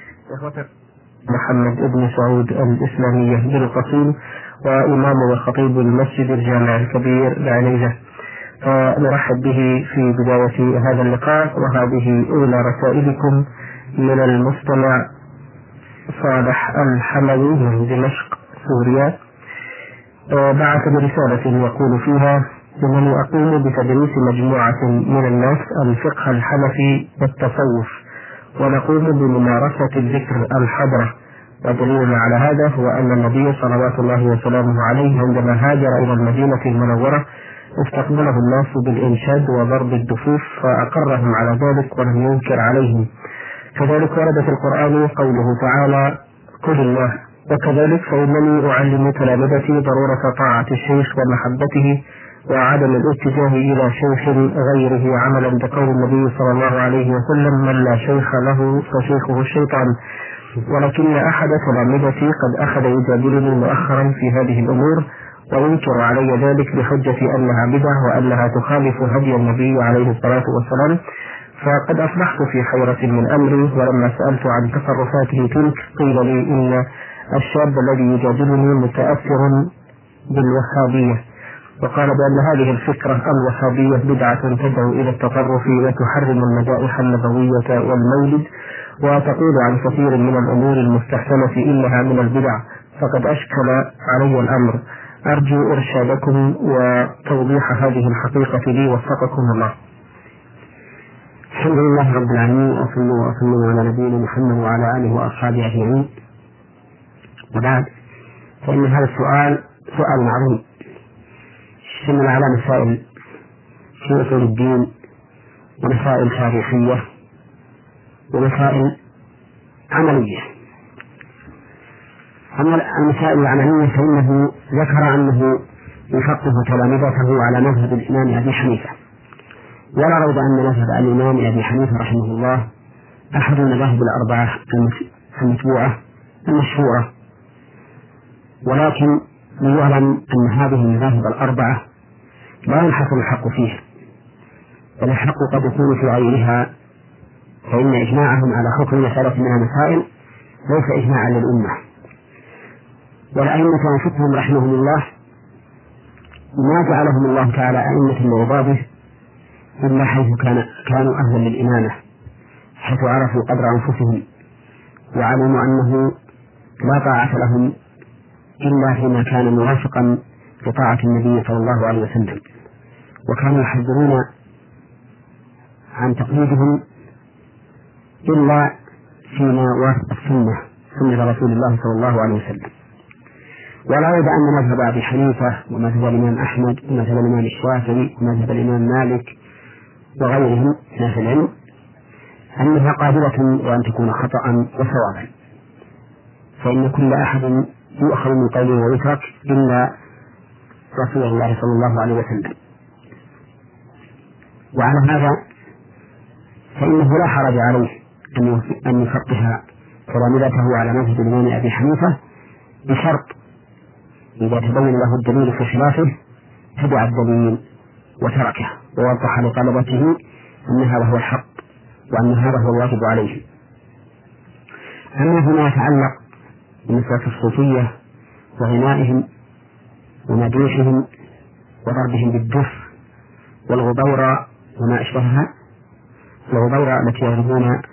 محمد بن سعود الإسلامية بالقصيم، وإمام وخطيب المسجد الجامع الكبير العنيزة، فنرحب به في بداية هذا اللقاء. وهذه أولى رسائلكم من المستمع صالح الحموي من دمشق سوريا. بعث برسالة يقول فيها: إنني أقوم بتدريس مجموعة من الناس الفقه الحنفي والتصوف، ونقوم بممارسة الذكر الحضرة، ودليلنا على هذا هو أن النبي صلوات الله وسلامه عليه عندما هاجر إلى المدينة المنورة استقبله الناس بالإنشاد وضرب الدفوف فأقرهم على ذلك ولم ينكر عليهم. كذلك ورد في القرآن قوله تعالى: قل الله. وكذلك فإنني أعلم تلامذتي ضرورة طاعة الشيخ ومحبته وعدم الاتجاه إلى شيخ غيره، عملا بقول النبي صلى الله عليه وسلم: من لا شيخ له فشيخه الشيطان. ولكن أحد تلامذتي قد أخذ يجادلني مؤخرا في هذه الأمور وينكر علي ذلك بحجة أنها بدعة وأنها تخالف هدي النبي عليه الصلاة والسلام، فقد أصبحت في حيرة من أمري. ولما سألت عن تصرفاته تلك قيل لي إن الشاب الذي يجادلني متأثر بالوهابية، وقال بأن هذه الفكرة الوهابية بدعة تدعو إلى التطرف وتحرم المدائح النبوية والمولد، وتقول عن كثير من الأمور المستحسنة إنها من البدع، فقد أشكل علي الأمر. أرجو إرشادكم وتوضيح هذه الحقيقة لي، وفقكم الله. الحمد لله رب العالمين، وصلوا وسلموا على نبينا محمد وعلى آله وأصحابه أجمعين. وبعد، فإن هذا السؤال سؤال عظيم، اشتمل على مسائل في أصول الدين ومسائل تاريخية ومسائل عملية. أما المسائل العملية فإنه ذكر أنه يفقه تلامذته على مذهب الإمام أبي حنيفة، ولا ريب أن مذهب الإمام أبي حنيفة رحمه الله أحد المذاهب الأربعة المتبوعة المشهورة، ولكن ليعلم أن هذه المذاهب الأربعة لا ينحصر الحق فيها، بل الحق قد يكون في غيرها، فإن إجماعهم على حكم مسألة من المسائل ليس إجماعا للأمة. والأئمة أنفسهم رحمهم الله ما جعلهم الله تعالى أئمة لعباده إلا حيث كانوا أهلا للإمامة، حيث عرفوا قدر أنفسهم وعلموا أنه لا طاعة لهم إلا فيما كان موافقا لطاعة النبي صلى الله عليه وسلم، وكانوا يحذرون عن تقليدهم إلا فيما وافق سنة رسول الله صلى الله عليه وسلم. ولا ريب أن مذهب أبي حنيفة ومذهب الإمام أحمد ومذهب الإمام الشافعي ومذهب الإمام مالك وغيرهم من أهل العلم أنها قابلة وأن تكون خطأ وصوابا، فإن كل أحد يؤخذ من قوله ويترك إلا رسول الله صلى الله عليه وسلم. وعلى هذا فإنه لا حرج عليه أن يفقه تلامذته على مذهب الإمام أبي حنيفة، بشرط إذا تبين له الدليل في خلافه تبع الدليل وتركه، ووضح لطلبته أن هذا هو الحق وأن هذا هو الواجب عليه. أما فيما يتعلق بمسألة الصوفية وغنائهم ومديحهم وضربهم بالدف والغبورة وما أشبهها، الغبورة التي يضربون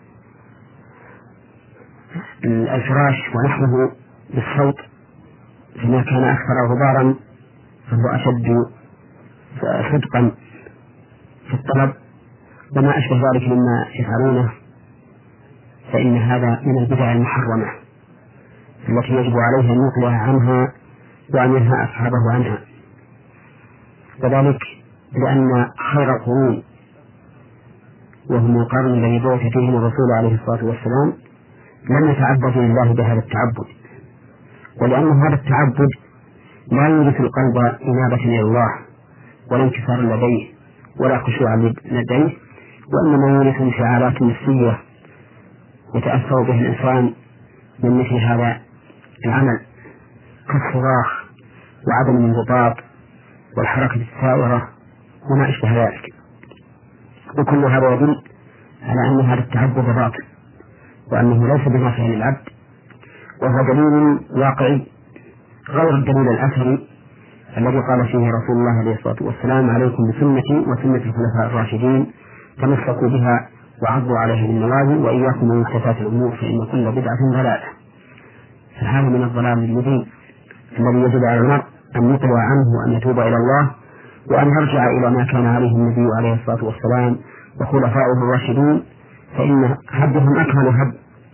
الفراش ونحوه بالصوت فيما كان أكثر غبارا فهو أشد صدقا في الطلب وما أشبه ذلك مما يفعلونه، فإن هذا من البدع المحرمة التي يجب عليه أن يقلع عنها وأن ينهى أصحابه عنها، وذلك لأن خير القرون وهم القرن الذي بعث فيهم الرسول عليه الصلاة والسلام لم يتعبدوا لله بهذا التعبد، ولأن هذا التعبد لا يورث القلب إنابة إلى الله ولا انكسار لديه ولا خشوع لديه، وإنما يورث انفعالات نفسية يتأثر به الإنسان من مثل هذا العمل كالصراخ وعدم الانضباط والحركة السائرة وما أشبه ذلك، وكل هذا يدل على أن هذا التعبد باطل وأنه ليس بنافع للعبد، وهو دليل واقعي غير الدليل الأثري الذي قال فيه رسول الله عليه الصلاة والسلام: عليكم بسنتي وسنة الخلفاء الراشدين تمسكوا بها وعضوا عليها بالنواجذ وإياكم من محدثات الأمور فإن كل بدعة ضلالة. فهذا من الضلال المبين الذي يجب على المرء أن يقلع عنه وأن يتوب إلى الله وأن يرجع إلى ما كان عليه النبي عليه الصلاة والسلام وخلفاؤه الراشدين، فإن هدهم أكمل هد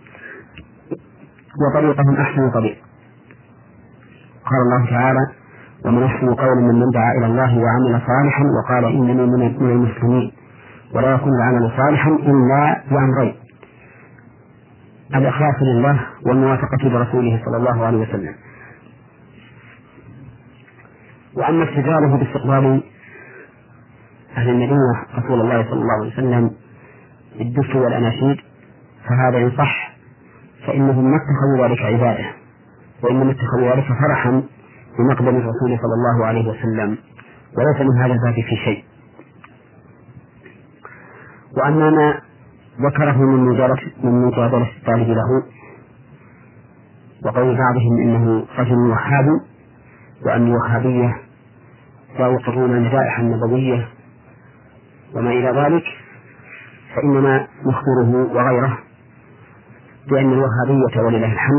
وطريقهم أحسن طريق. قال الله تعالى: ومن أحسن قولا ممن دعا إلى الله وعمل صالحا وقال إنني من المسلمين. ولا يكون العمل صالحا إلا بأمرين: الإخلاص لله والموافقة برسوله صلى الله عليه وسلم. وأما استدلاله باستقبال أهل المدينة رسول الله صلى الله عليه وسلم بالدف والأناشيد فهذا إن صح فإنهم ما اتخذوا ذلك عبادة، وإنما اتخذوا ذلك فرحا بمقدم الرسول صلى الله عليه وسلم، وليس من هذا الباب في شيء. وأما ما ذكره من مجادلة الطالب له وقول بعضهم إنه رجل وهابي وأن الوهابية لا يقرون المدائح النبوية وما إلى ذلك، فإنما نخبره وغيره بأن الوهابية ولله الحمد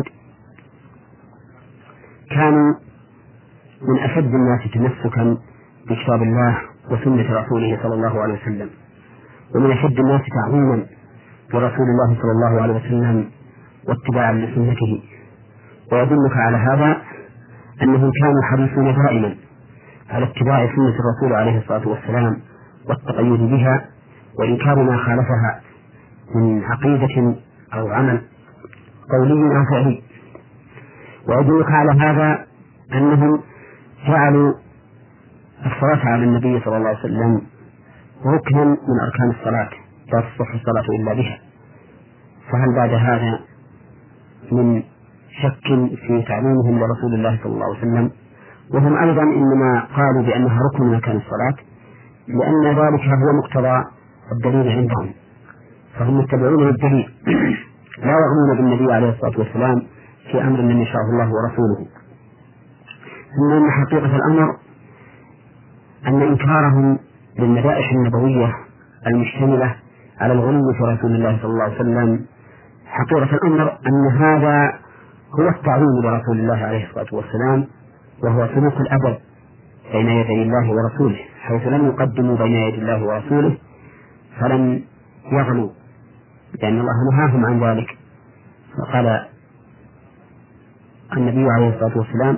كانوا من أشد الناس تمسكا بكتاب الله وسنة رسوله صلى الله عليه وسلم، ومن أشد الناس تعظيما برسول الله صلى الله عليه وسلم واتباعا لسنته. ويدلك على هذا أنهم كانوا حريصون دائما على اتباع سنة الرسول عليه الصلاة والسلام والتقيد بها وإنكار ما خالفها من عقيدة أو عمل قولي أو فعلي. ويدلك على هذا أنهم جعلوا الصلاة على النبي صلى الله عليه وسلم ركنا من أركان الصلاة لا تصح الصلاة إلا بها، فهل بعد هذا من شك في تعليمهم لرسول الله صلى الله عليه وسلم؟ وهم أيضا إنما قالوا بأنها ركن من أركان الصلاة لأن ذلك هو مقتضى الدليل عندهم، فهم يتبعون للدليل لا يؤمنون بالنبي عليه الصلاة والسلام في أمر لم يشاءه الله ورسوله. ثم إن حقيقة الأمر أن إنكارهم للمدائح النبوية المشتملة على الغلو في رسول الله صلى الله عليه وسلم حقيقة الأمر أن هذا هو التعظيم لرسول الله عليه الصلاة والسلام، وهو سلوك الأدب بين يدي الله ورسوله، حيث لم يقدموا بين يدي الله ورسوله فلم يغلوا، لأن الله نهاهم عن ذلك. فقال النبي عليه الصلاة والسلام: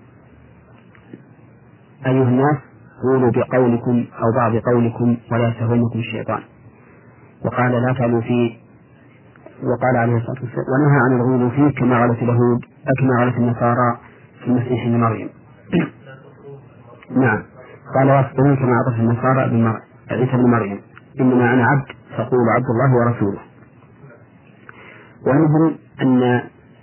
أيها الناس قولوا بقولكم أو بعض قولكم ولا يستهوينكم الشيطان. وقال لا تعلوا فيه، وقال عليه الصلاة والسلام: ونهى عن الغلو فيه كما غلت اليهود كما غلت النصارى في المسيح ابن مريم. نعم، قال واصبروا كما عطف النصارى عيسى ابن مريم، إنما أنا عبد فقولوا عبد الله ورسوله. ومنهم أن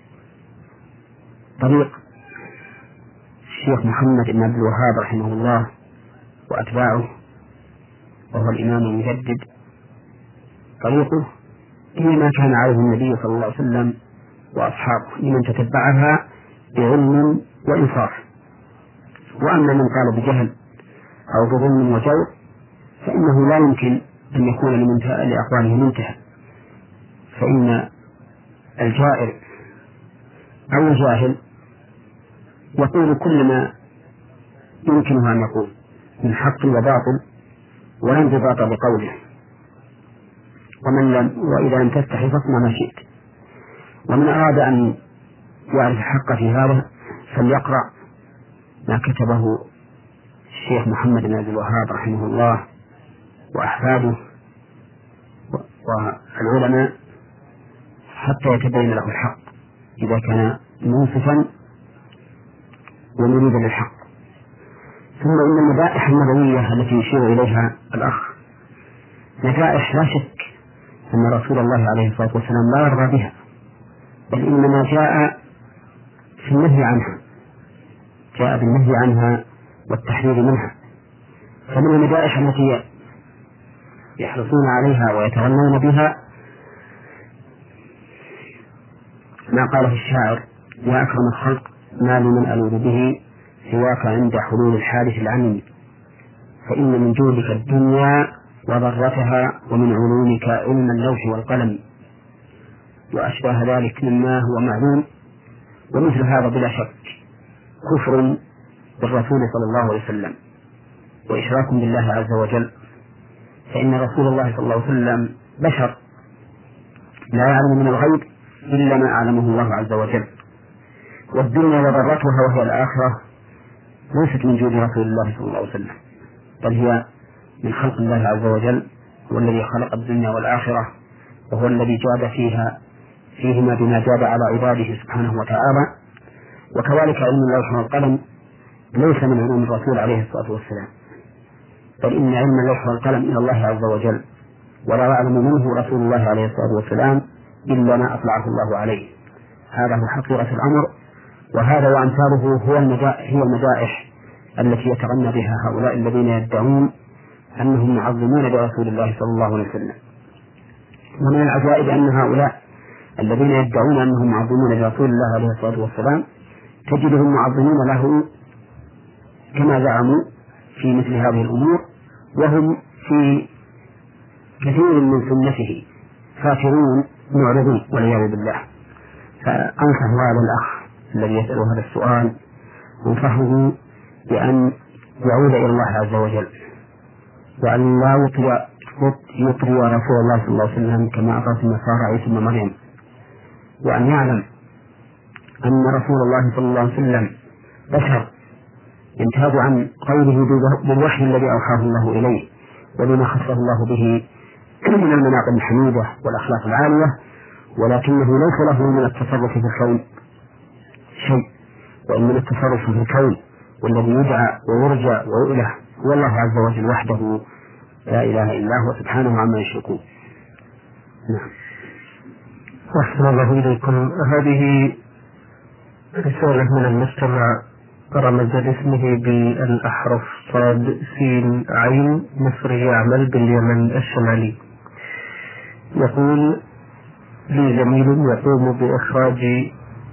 طريق الشيخ محمد بن عبد الوهاب رحمه الله وأتباعه، وهو الإمام المجدد، طريقه هي ما كان عليه النبي صلى الله عليه وسلم وأصحابه لمن تتبعها بعلم وإنصاف. وأما من قال بجهل أو بظلم وجور فإنه لا يمكن أن يكون لأقواله منتهى، فإن الجائر أو الجاهل يقول كل ما يمكنه أن يقول من حق وباطل ولا انضباط بقوله، وإذا لم تستحي فاصنع ما شئت. ومن أراد أن يعرف الحق في هذا فليقرأ ما كتبه الشيخ محمد بن عبد الوهاب رحمه الله وأحفاده والعلماء حتى يتبين له الحق إذا كان منصفا ومريدا للحق. ثم إن المدائح النبوية التي يشير إليها الأخ مدائح لا شك أن رسول الله عليه الصلاة والسلام لا يرضى بها، بل إنما جاء في النهي عنها، جاء بالنهي عنها والتحذير منها. فمن المدائح التي يحرصون عليها ويتغنون بها ما قاله الشاعر: يا أكرم الخلق ما لي من ألوذ به سواك عند حلول الحادث العميم، فإن من جودك الدنيا وضرتها ومن علومك علم اللوح والقلم، وأشباه ذلك مما هو معلوم. ومثل هذا بلا شك كفر بالرسول صلى الله عليه وسلم وإشراك بالله عز وجل، فإن رسول الله صلى الله عليه وسلم بشر لا يعلم من الغيب إلا ما أعلمه الله عز وجل، والدنيا وضرتها وهي الآخرة ليست من جود رسول الله صلى الله عليه وسلم، بل هي من خلق الله عز وجل، هو الذي خلق الدنيا والآخرة، وهو الذي جاد فيهما بما جاد على عباده سبحانه وتعالى. وكذلك علم اللوح والقلم ليس من علوم الرسول عليه الصلاة والسلام، بل إن علم اللوح والقلم إلى الله عز وجل، ولا يعلم منه رسول الله عليه الصلاة والسلام إلا ما أطلعه الله عليه. هذا هو حقيقة الأمر، وهذا وأمثاله هي المدائح التي يتغنى بها هؤلاء الذين يدعون أنهم معظمون لرسول الله صلى الله عليه وسلم. ومن العجائب أن هؤلاء الذين يدعون أنهم معظمون لرسول الله عليه الصلاة والسلام تجدهم معظمون له كما زعموا في مثل هذه الأمور، وهم في كثير من سنته فاكرون معرضون والعياذ بالله. فأنصح هذا الأخ الذي يسأل هذا السؤال أنصحه بأن يعود إلى الله عز وجل، وأن لا يطري رسول الله صلى الله عليه وسلم كما أطرت النصارى عيسى ابن مريم، وأن يعلم أن رسول الله صلى الله عليه وسلم بشر ينتهز عن قوله بالوحي الذي أوحاه الله إليه وبما خصه الله به من المناقب الحميدة والأخلاق العالية، ولكنه ليس له من التصرف في الكون شيء، وإن من التصرف في الكون والذي يدعى ويرجى ويؤله هو الله عز وجل وحده لا إله إلا هو سبحانه عما يشركون. نعم. أحسن الله إليكم. هذه رسالة من المستمع رمز لاسمه بالأحرف صاد سين عين، مصري يعمل باليمن الشمالي. يقول: لي زميل يقوم بإخراج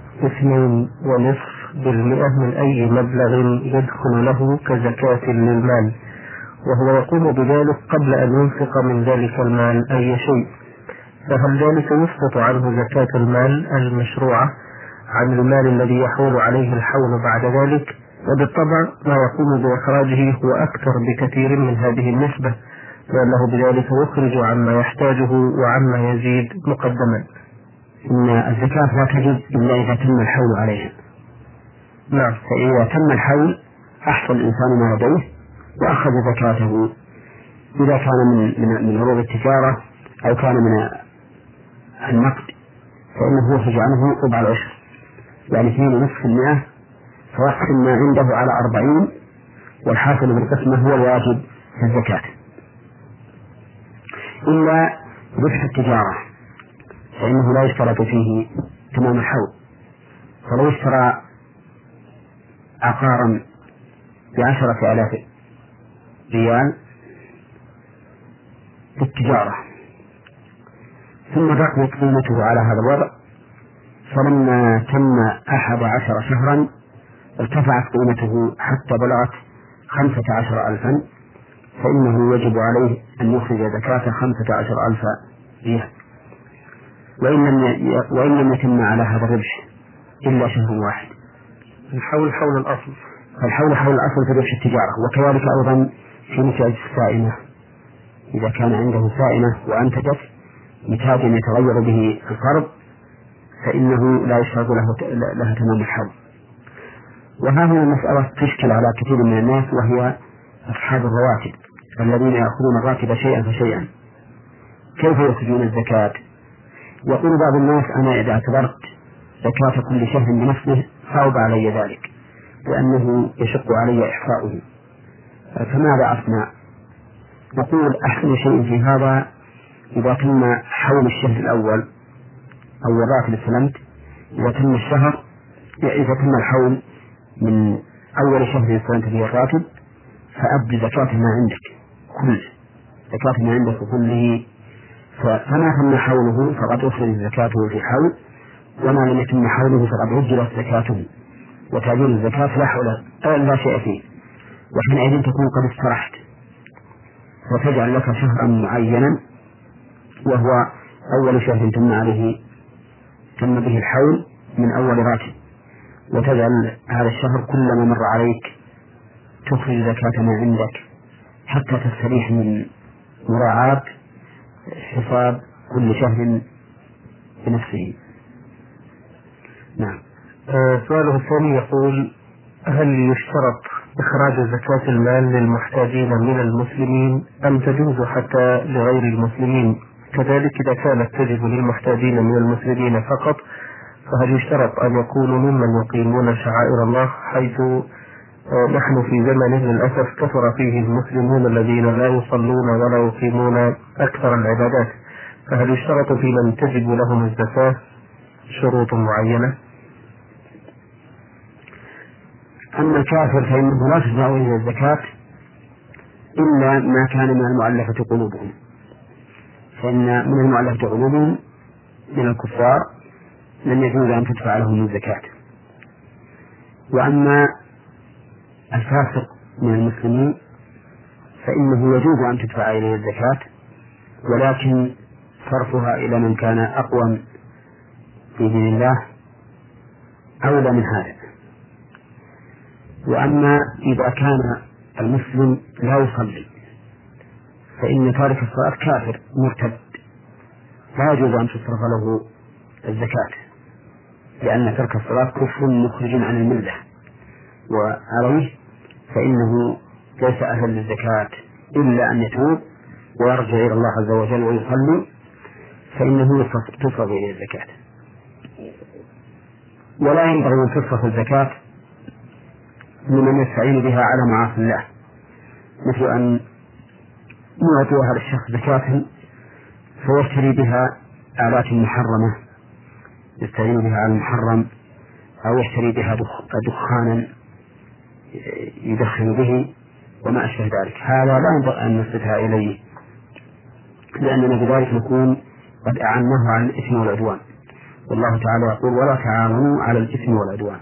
2.5% من أي مبلغ يدخل له كزكاة للمال، وهو يقوم بذلك قبل أن ينفق من ذلك المال أي شيء، فهل ذلك يسقط عنه زكاة المال المشروعة عن المال الذي يحول عليه الحول بعد ذلك؟ وبالطبع ما يقوم بإخراجه هو أكثر بكثير من هذه النسبة، لأنه بذلك يخرج عما يحتاجه وعما يزيد مقدما. إن الزكاة لا تجب إلا إذا تم الحول عليها. نعم. فإذا تم الحول أحصل الإنسان ما لديه وأخذ زكاته، إذا كان من عروض التجارة أو كان من النقد فإنه يخرج عنه ربع العشر، يعني 2.5%، فيقسم ما عنده على 40، والحاصل بالقسمة هو الواجب في الزكاة. إلا ربح التجارة فإنه لا يشترط فيه تمام الحول، فلو اشترى عقارا ب10,000 ريال بالتجارة ثم بقيت قيمته على هذا الوضع، فلما تم 11 شهرا ارتفعت قيمته حتى بلغت 15,000، فإنه يجب عليه أن يخرج زكاة 15,000 ريال، وإن لم يتم على هذا الربح إلا شهر واحد. الحول حول الأصل، فالحول حول الأصل في ربح التجارة. وكذلك أيضا في نتاج السائمة، إذا كان عنده سائمة وأنتجت نتاجا يتغير به القرض فإنه لا يشترط لها تمام الحول. وهذه المسألة تشكل على كثير من الناس، وهي أصحاب الرواتب الذين يأخذون الراتب شيئا فشيئا، كيف يخرجون الزكاة؟ يقول بعض الناس: أنا إذا اعتبرت زكاة كل شهر بنفسه صعب علي ذلك لأنه يشق علي إحصاؤه، فماذا أصنع؟ نقول: أحسن شيء في هذا إذا تم حول الشهر الأول أو الراتب استلمت، إذا تم الحول من أول شهر استلمت فيه الراتب فأبدي زكاة ما عندك كله، زكاة ما عندك كله، فما تم حوله فقد أخرج زكاته في حول، وما لم يتم حوله فقد أجلت زكاته، وتعجيل الزكاة لا شيء فيه. وحينئذ تكون قد استرحت، وتجعل لك شهرا معينا وهو أول شهر تم به الحول من أول راتب، وتجعل هذا الشهر كلما مر عليك تخرج زكاة ما عندك حتى تستريح من مراعاة حساب كل شهر بنفسه. نعم. سؤاله الثاني يقول: هل يشترط إخراج زكاة المال للمحتاجين من المسلمين أم تجوز حتى لغير المسلمين؟ كذلك إذا كانت تجب للمحتاجين من المسلمين فقط فهل يشترط أن يكونوا ممن يقيمون شعائر الله، حيث نحن في زمن للأسف كثر فيه المسلمون الذين لا يصلون ولا يقيمون أكثر العبادات، فهل يشترط في من تجب لهم الزكاة شروط معينة؟ أما الكافر فإنه لا تجزع إلى الزكاة إلا ما كان من المؤلفة قلوبهم، فإن من المؤلفة قلوبهم من الكفار لم يجوز أن تدفع لهم الزكاة. وأما الفاسق من المسلمين فإنه يجوز أن تدفع إليه الزكاة، ولكن صرفها إلى من كان أقوى في دين الله أولى من هذا. وأما إذا كان المسلم لا يصلي فإن تارك الصلاة كافر مرتد لا يجوز أن تصرف له الزكاة، لأن ترك الصلاة كفر مخرج عن الملة، وعليه فإنه ليس أهلا للزكاة إلا أن يتوب ويرجع إلى الله عز وجل ويصلي، فإنه تصرف إلى الزكاة. ولا ينبغي أن تصرف الزكاة لمن يستعين بها على معاصي الله، مثل أن يعطي هذا الشخص زكاة فيشتري بها آلات محرمة يستعين بها على المحرم، أو يشتري بها دخانا يدخن به وما أشبه ذلك. هذا لا ينبغي أن نصرفها إليه، لأننا بذلك نكون قد أعناه على الإثم والعدوان، والله تعالى يقول ولا تعاونوا على الإثم والعدوان.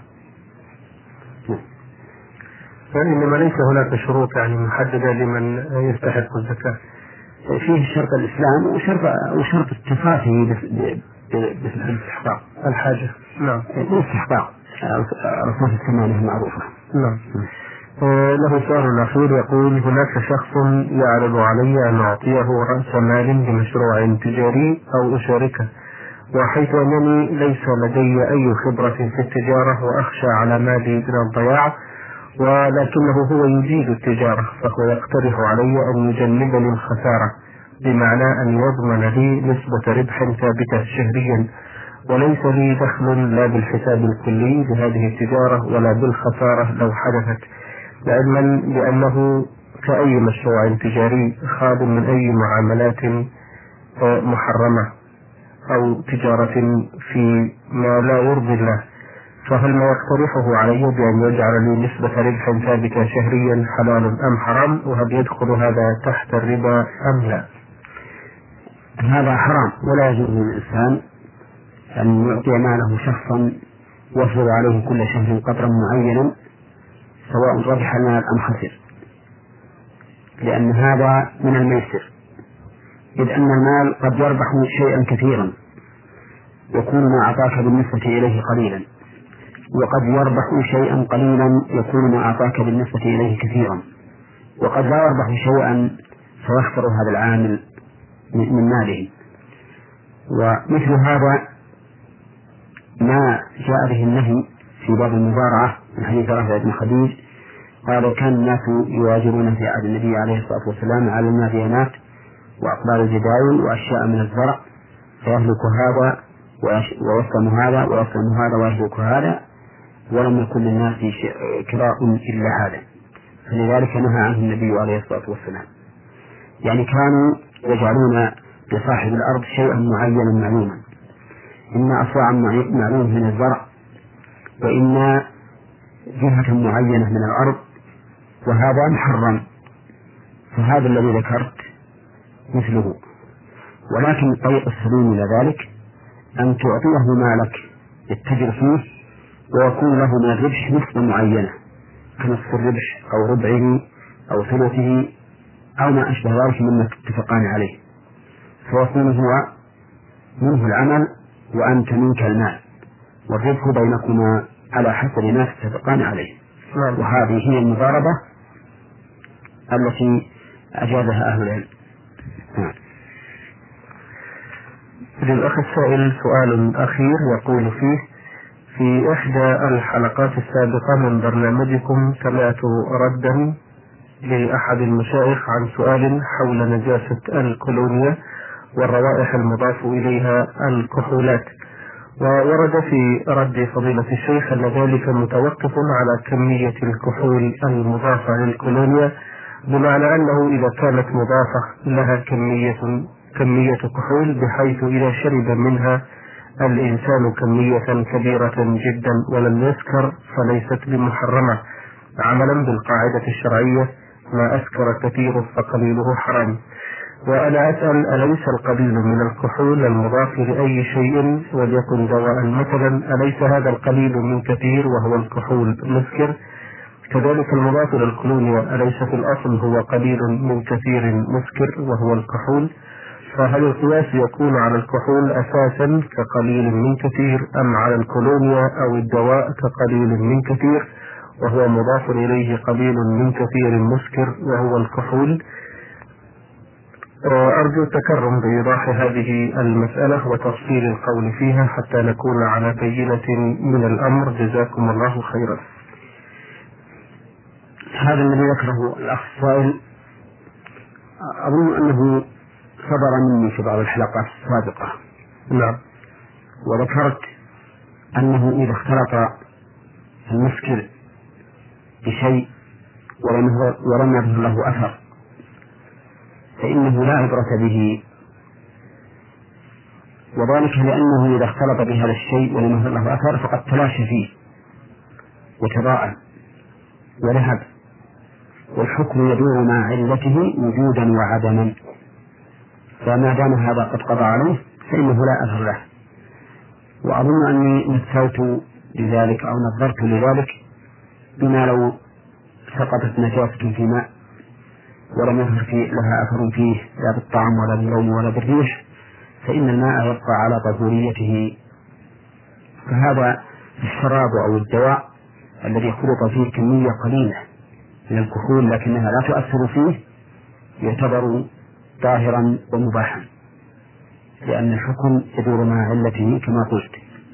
إنما ليس هناك شروط محددة لمن يستحق الزكاة. فيه شرط الإسلام وشرط اتصافه بالاستحقاق الحاجة. نعم. الاستحقاق رصاص الثمانية المعروفة. نعم. له سؤال أخير يقول: هناك شخص يعرض علي أن أعطيه رأس مال لمشروع تجاري أو أشاركه، وحيث أنني ليس لدي أي خبرة في التجارة وأخشى على مالي من الضياع، ولكنه هو يجيد التجارة، فهو يقترح علي أن يجنبني الخسارة، بمعنى أن يضمن لي نسبة ربح ثابتة شهريا، وليس لي دخل لا بالحساب الكلي لهذه التجارة ولا بالخسارة لو حدثت، علما بأنه كأي مشروع تجاري خال من أي معاملات محرمة أو تجارة في ما لا يرضي الله، فهل ما يقترحه علي بأن يجعل لي نسبة ربح ثابتة شهريا حلال أم حرام؟ وهل يدخل هذا تحت الربا أم لا؟ هذا حرام، ولا يجوز للإنسان أن يعطي ماله شخصا يفرض عليه كل شهر قدرا معينا سواء ربح المال أم خسر، لأن هذا من الميسر، إذ أن المال قد يربح شيئا كثيرا يكون ما أعطاك بالنسبة إليه قليلا، وقد يربح شيئا قليلا يكون ما أعطاك بالنسبة إليه كثيرا، وقد لا يربح شيئا فيخسر هذا العامل من ماله. ومثل هذا ما جاء به النهي في باب المزارعة من حديث رافع بن خديج قال: كان الناس يواجرون في عهد النبي عليه الصلاة والسلام على المادينات وأقبال الجداول وأشياء من الزرع، فيهلك هذا ويسلم هذا ويسلم هذا ويهلك هذا، ولم يكن للناس كراء إلا هذا، فلذلك نهى عنه النبي عليه الصلاة والسلام. يعني كانوا يجعلون لصاحب الأرض شيئا معينا معلوما، إما أصواعا معلومة من الزرع، وإما جهة معينة من الأرض، وهذا محرم، فهذا الذي ذكرت مثله. ولكن الطريق السليم إلى ذلك أن تعطيه مالك يتجر فيه ويكون له من الربح نسبة معينة كنصف الربح أو ربعه أو ثلثه أو ما أشبه ذلك مما تتفقان عليه، فيكون هو منه العمل وأنت منك المال، والربح بينكما على حسب ما تتفقان عليه. وهذه هي المضاربة التي أجابها أهل العلم. للأخ السائل سؤال أخير يقول فيه: في إحدى الحلقات السابقة من برنامجكم سمعت ردا لأحد المشايخ عن سؤال حول نجاسة الكولونيا والروائح المضاف إليها الكحولات، وورد في رد فضيلة الشيخ أن ذلك متوقف على كمية الكحول المضافة للكولونيا، بمعنى أنه إذا كانت مضافة لها كمية كحول بحيث إذا شرب منها الإنسان كمية كبيرة جدا ولم يسكر فليست بمحرمة، عملا بالقاعدة الشرعية: ما أسكر كثير فقليله حرام. وأنا أسأل: أليس القليل من الكحول المضاف لأي شيء وليكن دواء مثلا، أليس هذا القليل من كثير وهو الكحول مسكر؟ كذلك المضاف للكولونيا أليس في الأصل هو قليل من كثير مسكر وهو الكحول؟ فهل القياس يكون على الكحول أساسا كقليل من كثير، أم على الكولونيا أو الدواء كقليل من كثير وهو مضاف إليه قليل من كثير مسكر وهو الكحول؟ أرجو التكرم بإيضاح هذه المسألة وتفصيل القول فيها حتى نكون على بينة من الأمر، جزاكم الله خيرا. هذا الذي ذكره الأخ السائل أظن أنه صدر مني في بعض الحلقات السابقة. نعم. وذكرت أنه إذا اختلط المسكر بشيء ولم يظهر له أثر فإنه لا عبرة به، وذلك لأنه إذا اختلط بهذا الشيء ولم يظهر له أثر فقد تلاشى فيه وتضاءل وذهب، والحكم يدور مع علته وجودا وعدما، فما دام هذا قد قضى عليه فإنه لا أثر له. وأظن أني مثلت لذلك أو نظرت لذلك بما لو سقطت نجاسة في ماء ولم يظهر لها أثر فيه لا بالطعم ولا باللون ولا بالريح فإن الماء يبقى على طهوريته. فهذا الشراب أو الدواء الذي خلط فيه كمية قليلة من الكحول لكنها لا تؤثر فيه يعتبر طاهرا ومباحا، لأن الحكم يدور مع علته كما قلت.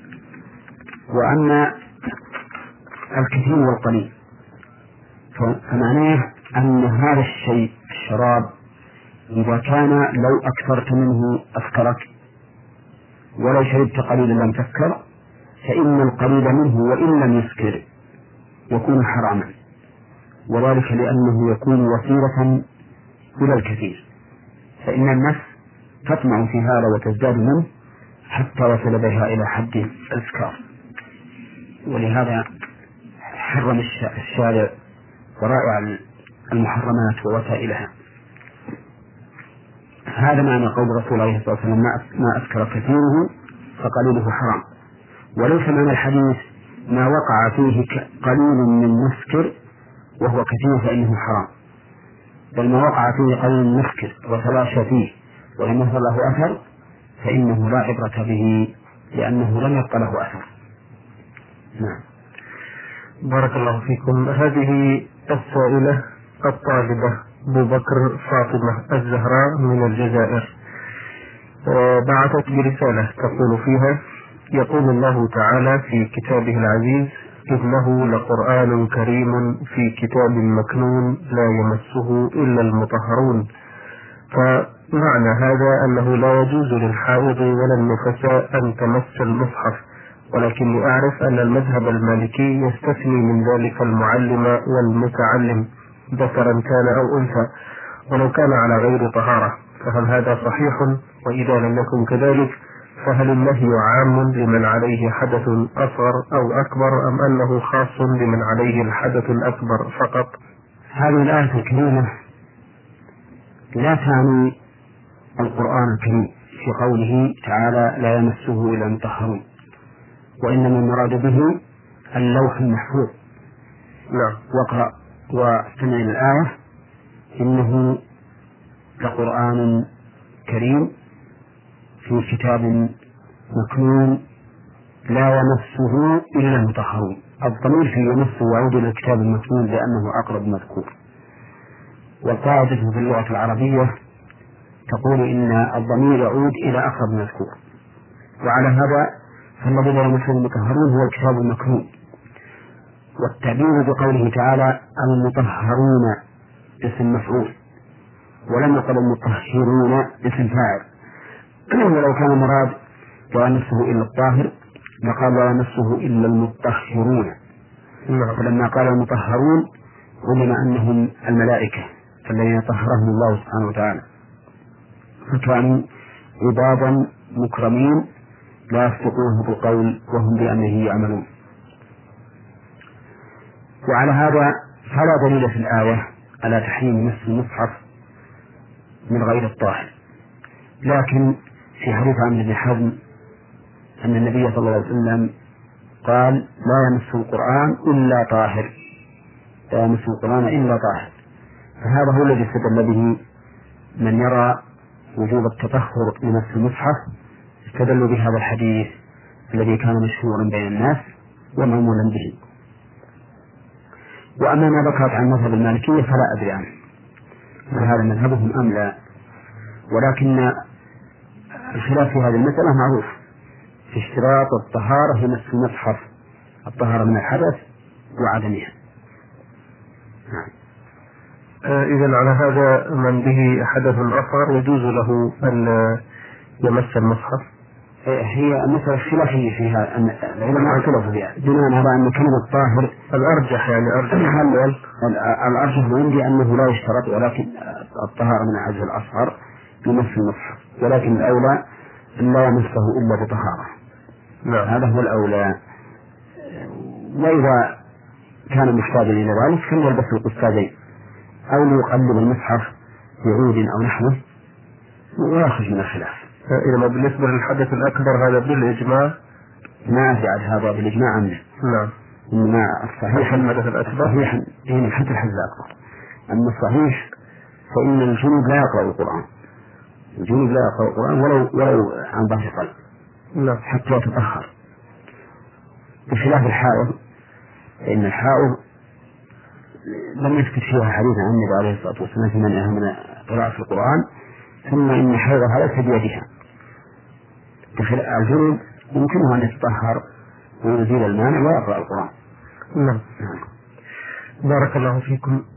وأما الكثير والقليل فمعناه أن هذا الشيء الشراب إذا كان لو أكثرت منه أسكرك ولو شربت قليلا لم تسكر فإن القليل منه وإن لم يسكر يكون حراما، وذلك لأنه يكون وسيلة إلى الكثير، فإن النفس تطمع في هذا وتزداد منه حتى وصل بها إلى حد الإسكار، ولهذا حرم الشارع ورائع المحرمات ووسائلها. هذا معنى قول رسول الله صلى الله عليه وسلم ما أسكر كثيره فقليله حرام، وليس معنى الحديث ما وقع فيه قليل من مسكر وهو كثير فإنه حرام، بل ما وقع فيه قليل من مسكر وتلاشى فيه ولم يظهر له أثر فإنه لا عبرة به لأنه لم يبق له أثر. نعم. بارك الله فيكم. هذه السائلة الطالبة أبو بكر فاطمة الزهراء من الجزائر بعثت برسالة تقول فيها: يقول الله تعالى في كتابه العزيز: إنه لقرآن كريم في كتاب مكنون لا يمسه إلا المطهرون. فمعنى هذا أنه لا يجوز للحائض ولا النفساء أن تمس المصحف، ولكني أعرف أن المذهب المالكي يستثني من ذلك المعلم والمتعلم ذكرا كان أو أنثى ولو كان على غير طهارة، فهل هذا صحيح؟ وإذا لم يكن كذلك فهل النهي عام لمن عليه حدث أصغر أو أكبر أم أنه خاص بمن عليه الحدث الأكبر فقط؟ هذه الآية الكريمة لا تعني القرآن الكريم في قوله تعالى لا يمسه إلا المطهرون، وإنما المراد به اللوح المحفوظ. نعم. واقرأ واستمع إلى الآية: إنه لقرآن كريم في كتاب مكنون لا يمسه إلا المطهرون. الضمير في يمسه يعود إلى الكتاب المكنون لأنه أقرب مذكور، والقاعدة في اللغة العربية تقول إن الضمير يعود إلى أقرب مذكور، وعلى هذا فالذي لا يمسه المطهرون هو الكتاب المكنون. والتعبير بقوله تعالى المطهرون اسم مفعول، ولم يقل المطهرون اسم فاعل، ولو كان مراد لا يمسه إلا الطاهر لقال لا يمسه إلا المطهرون. فلما قال المطهرون علم أنهم الملائكة الذين طهرهم الله سبحانه وتعالى، فكانوا عبادا مكرمين لا يسبقونه بالقول وهم بأمره يعملون. وعلى هذا فلا دليل في الآية على تحريم مس المصحف من غير الطاهر، لكن في حديث عن ابن حزم أن النبي صلى الله عليه وسلم قال لا يمس القرآن إلا طاهر، لا يمس القرآن إلا طاهر، فهذا هو الذي استدل به من يرى وجوب التطهر لمس المصحف، استدلوا بهذا الحديث الذي كان مشهورا بين الناس ومعمولا به. وأما ما ذكرت عن مذهب المالكية فلا أدري عنه، فهذا مذهبهم أم لا، ولكن الخلاف في هذه المسألة معروف في اشتراط الطهارة لمس المصحف، الطهارة من الحدث وعدمها. إذا على هذا من به حدث أصغر يجوز له أن يمس المصحف؟ هي مسألة خلافية فيها، أن العلماء اختلفوا فيها بناء على أن كلمة طاهر الأرجح يعني الأرجح عندي أنه لا يشترط، ولكن الطهارة من عجز الأصغر يمس المصحف، ولكن الأولى أن لا يمسه إلا بطهارة. نعم. هذا هو الأولى. وإذا كان محتاجا إلى ذلك فليلبس القسطاجين أو ليقلب المصحف بعود أو نحوه ويخرج من الخلاف. إنما بالنسبة للحدث الأكبر هذا بالإجماع ما أجعل هذا بالإجماع عنه. نعم. إنما الصحيح الحدث الأكبر صحيح حتى الحدث الأكبر. أما الصحيح فإن الجنوب لا يقرأ القرآن، الجنوب لا يقرأ القرآن ولو عن ظهر قلب. نعم. حتى يتطهر، بخلاف الحائض، فإن الحائض لم يثبت فيها حديث عن النبي عليه الصلاة والسلام في منعها من قراءة القرآن، ثم إن حيضها ليس بيدها. الجنوب يمكنه أن يتطهر ويزيل المانع ويقرأ القرآن. نعم. بارك الله فيكم.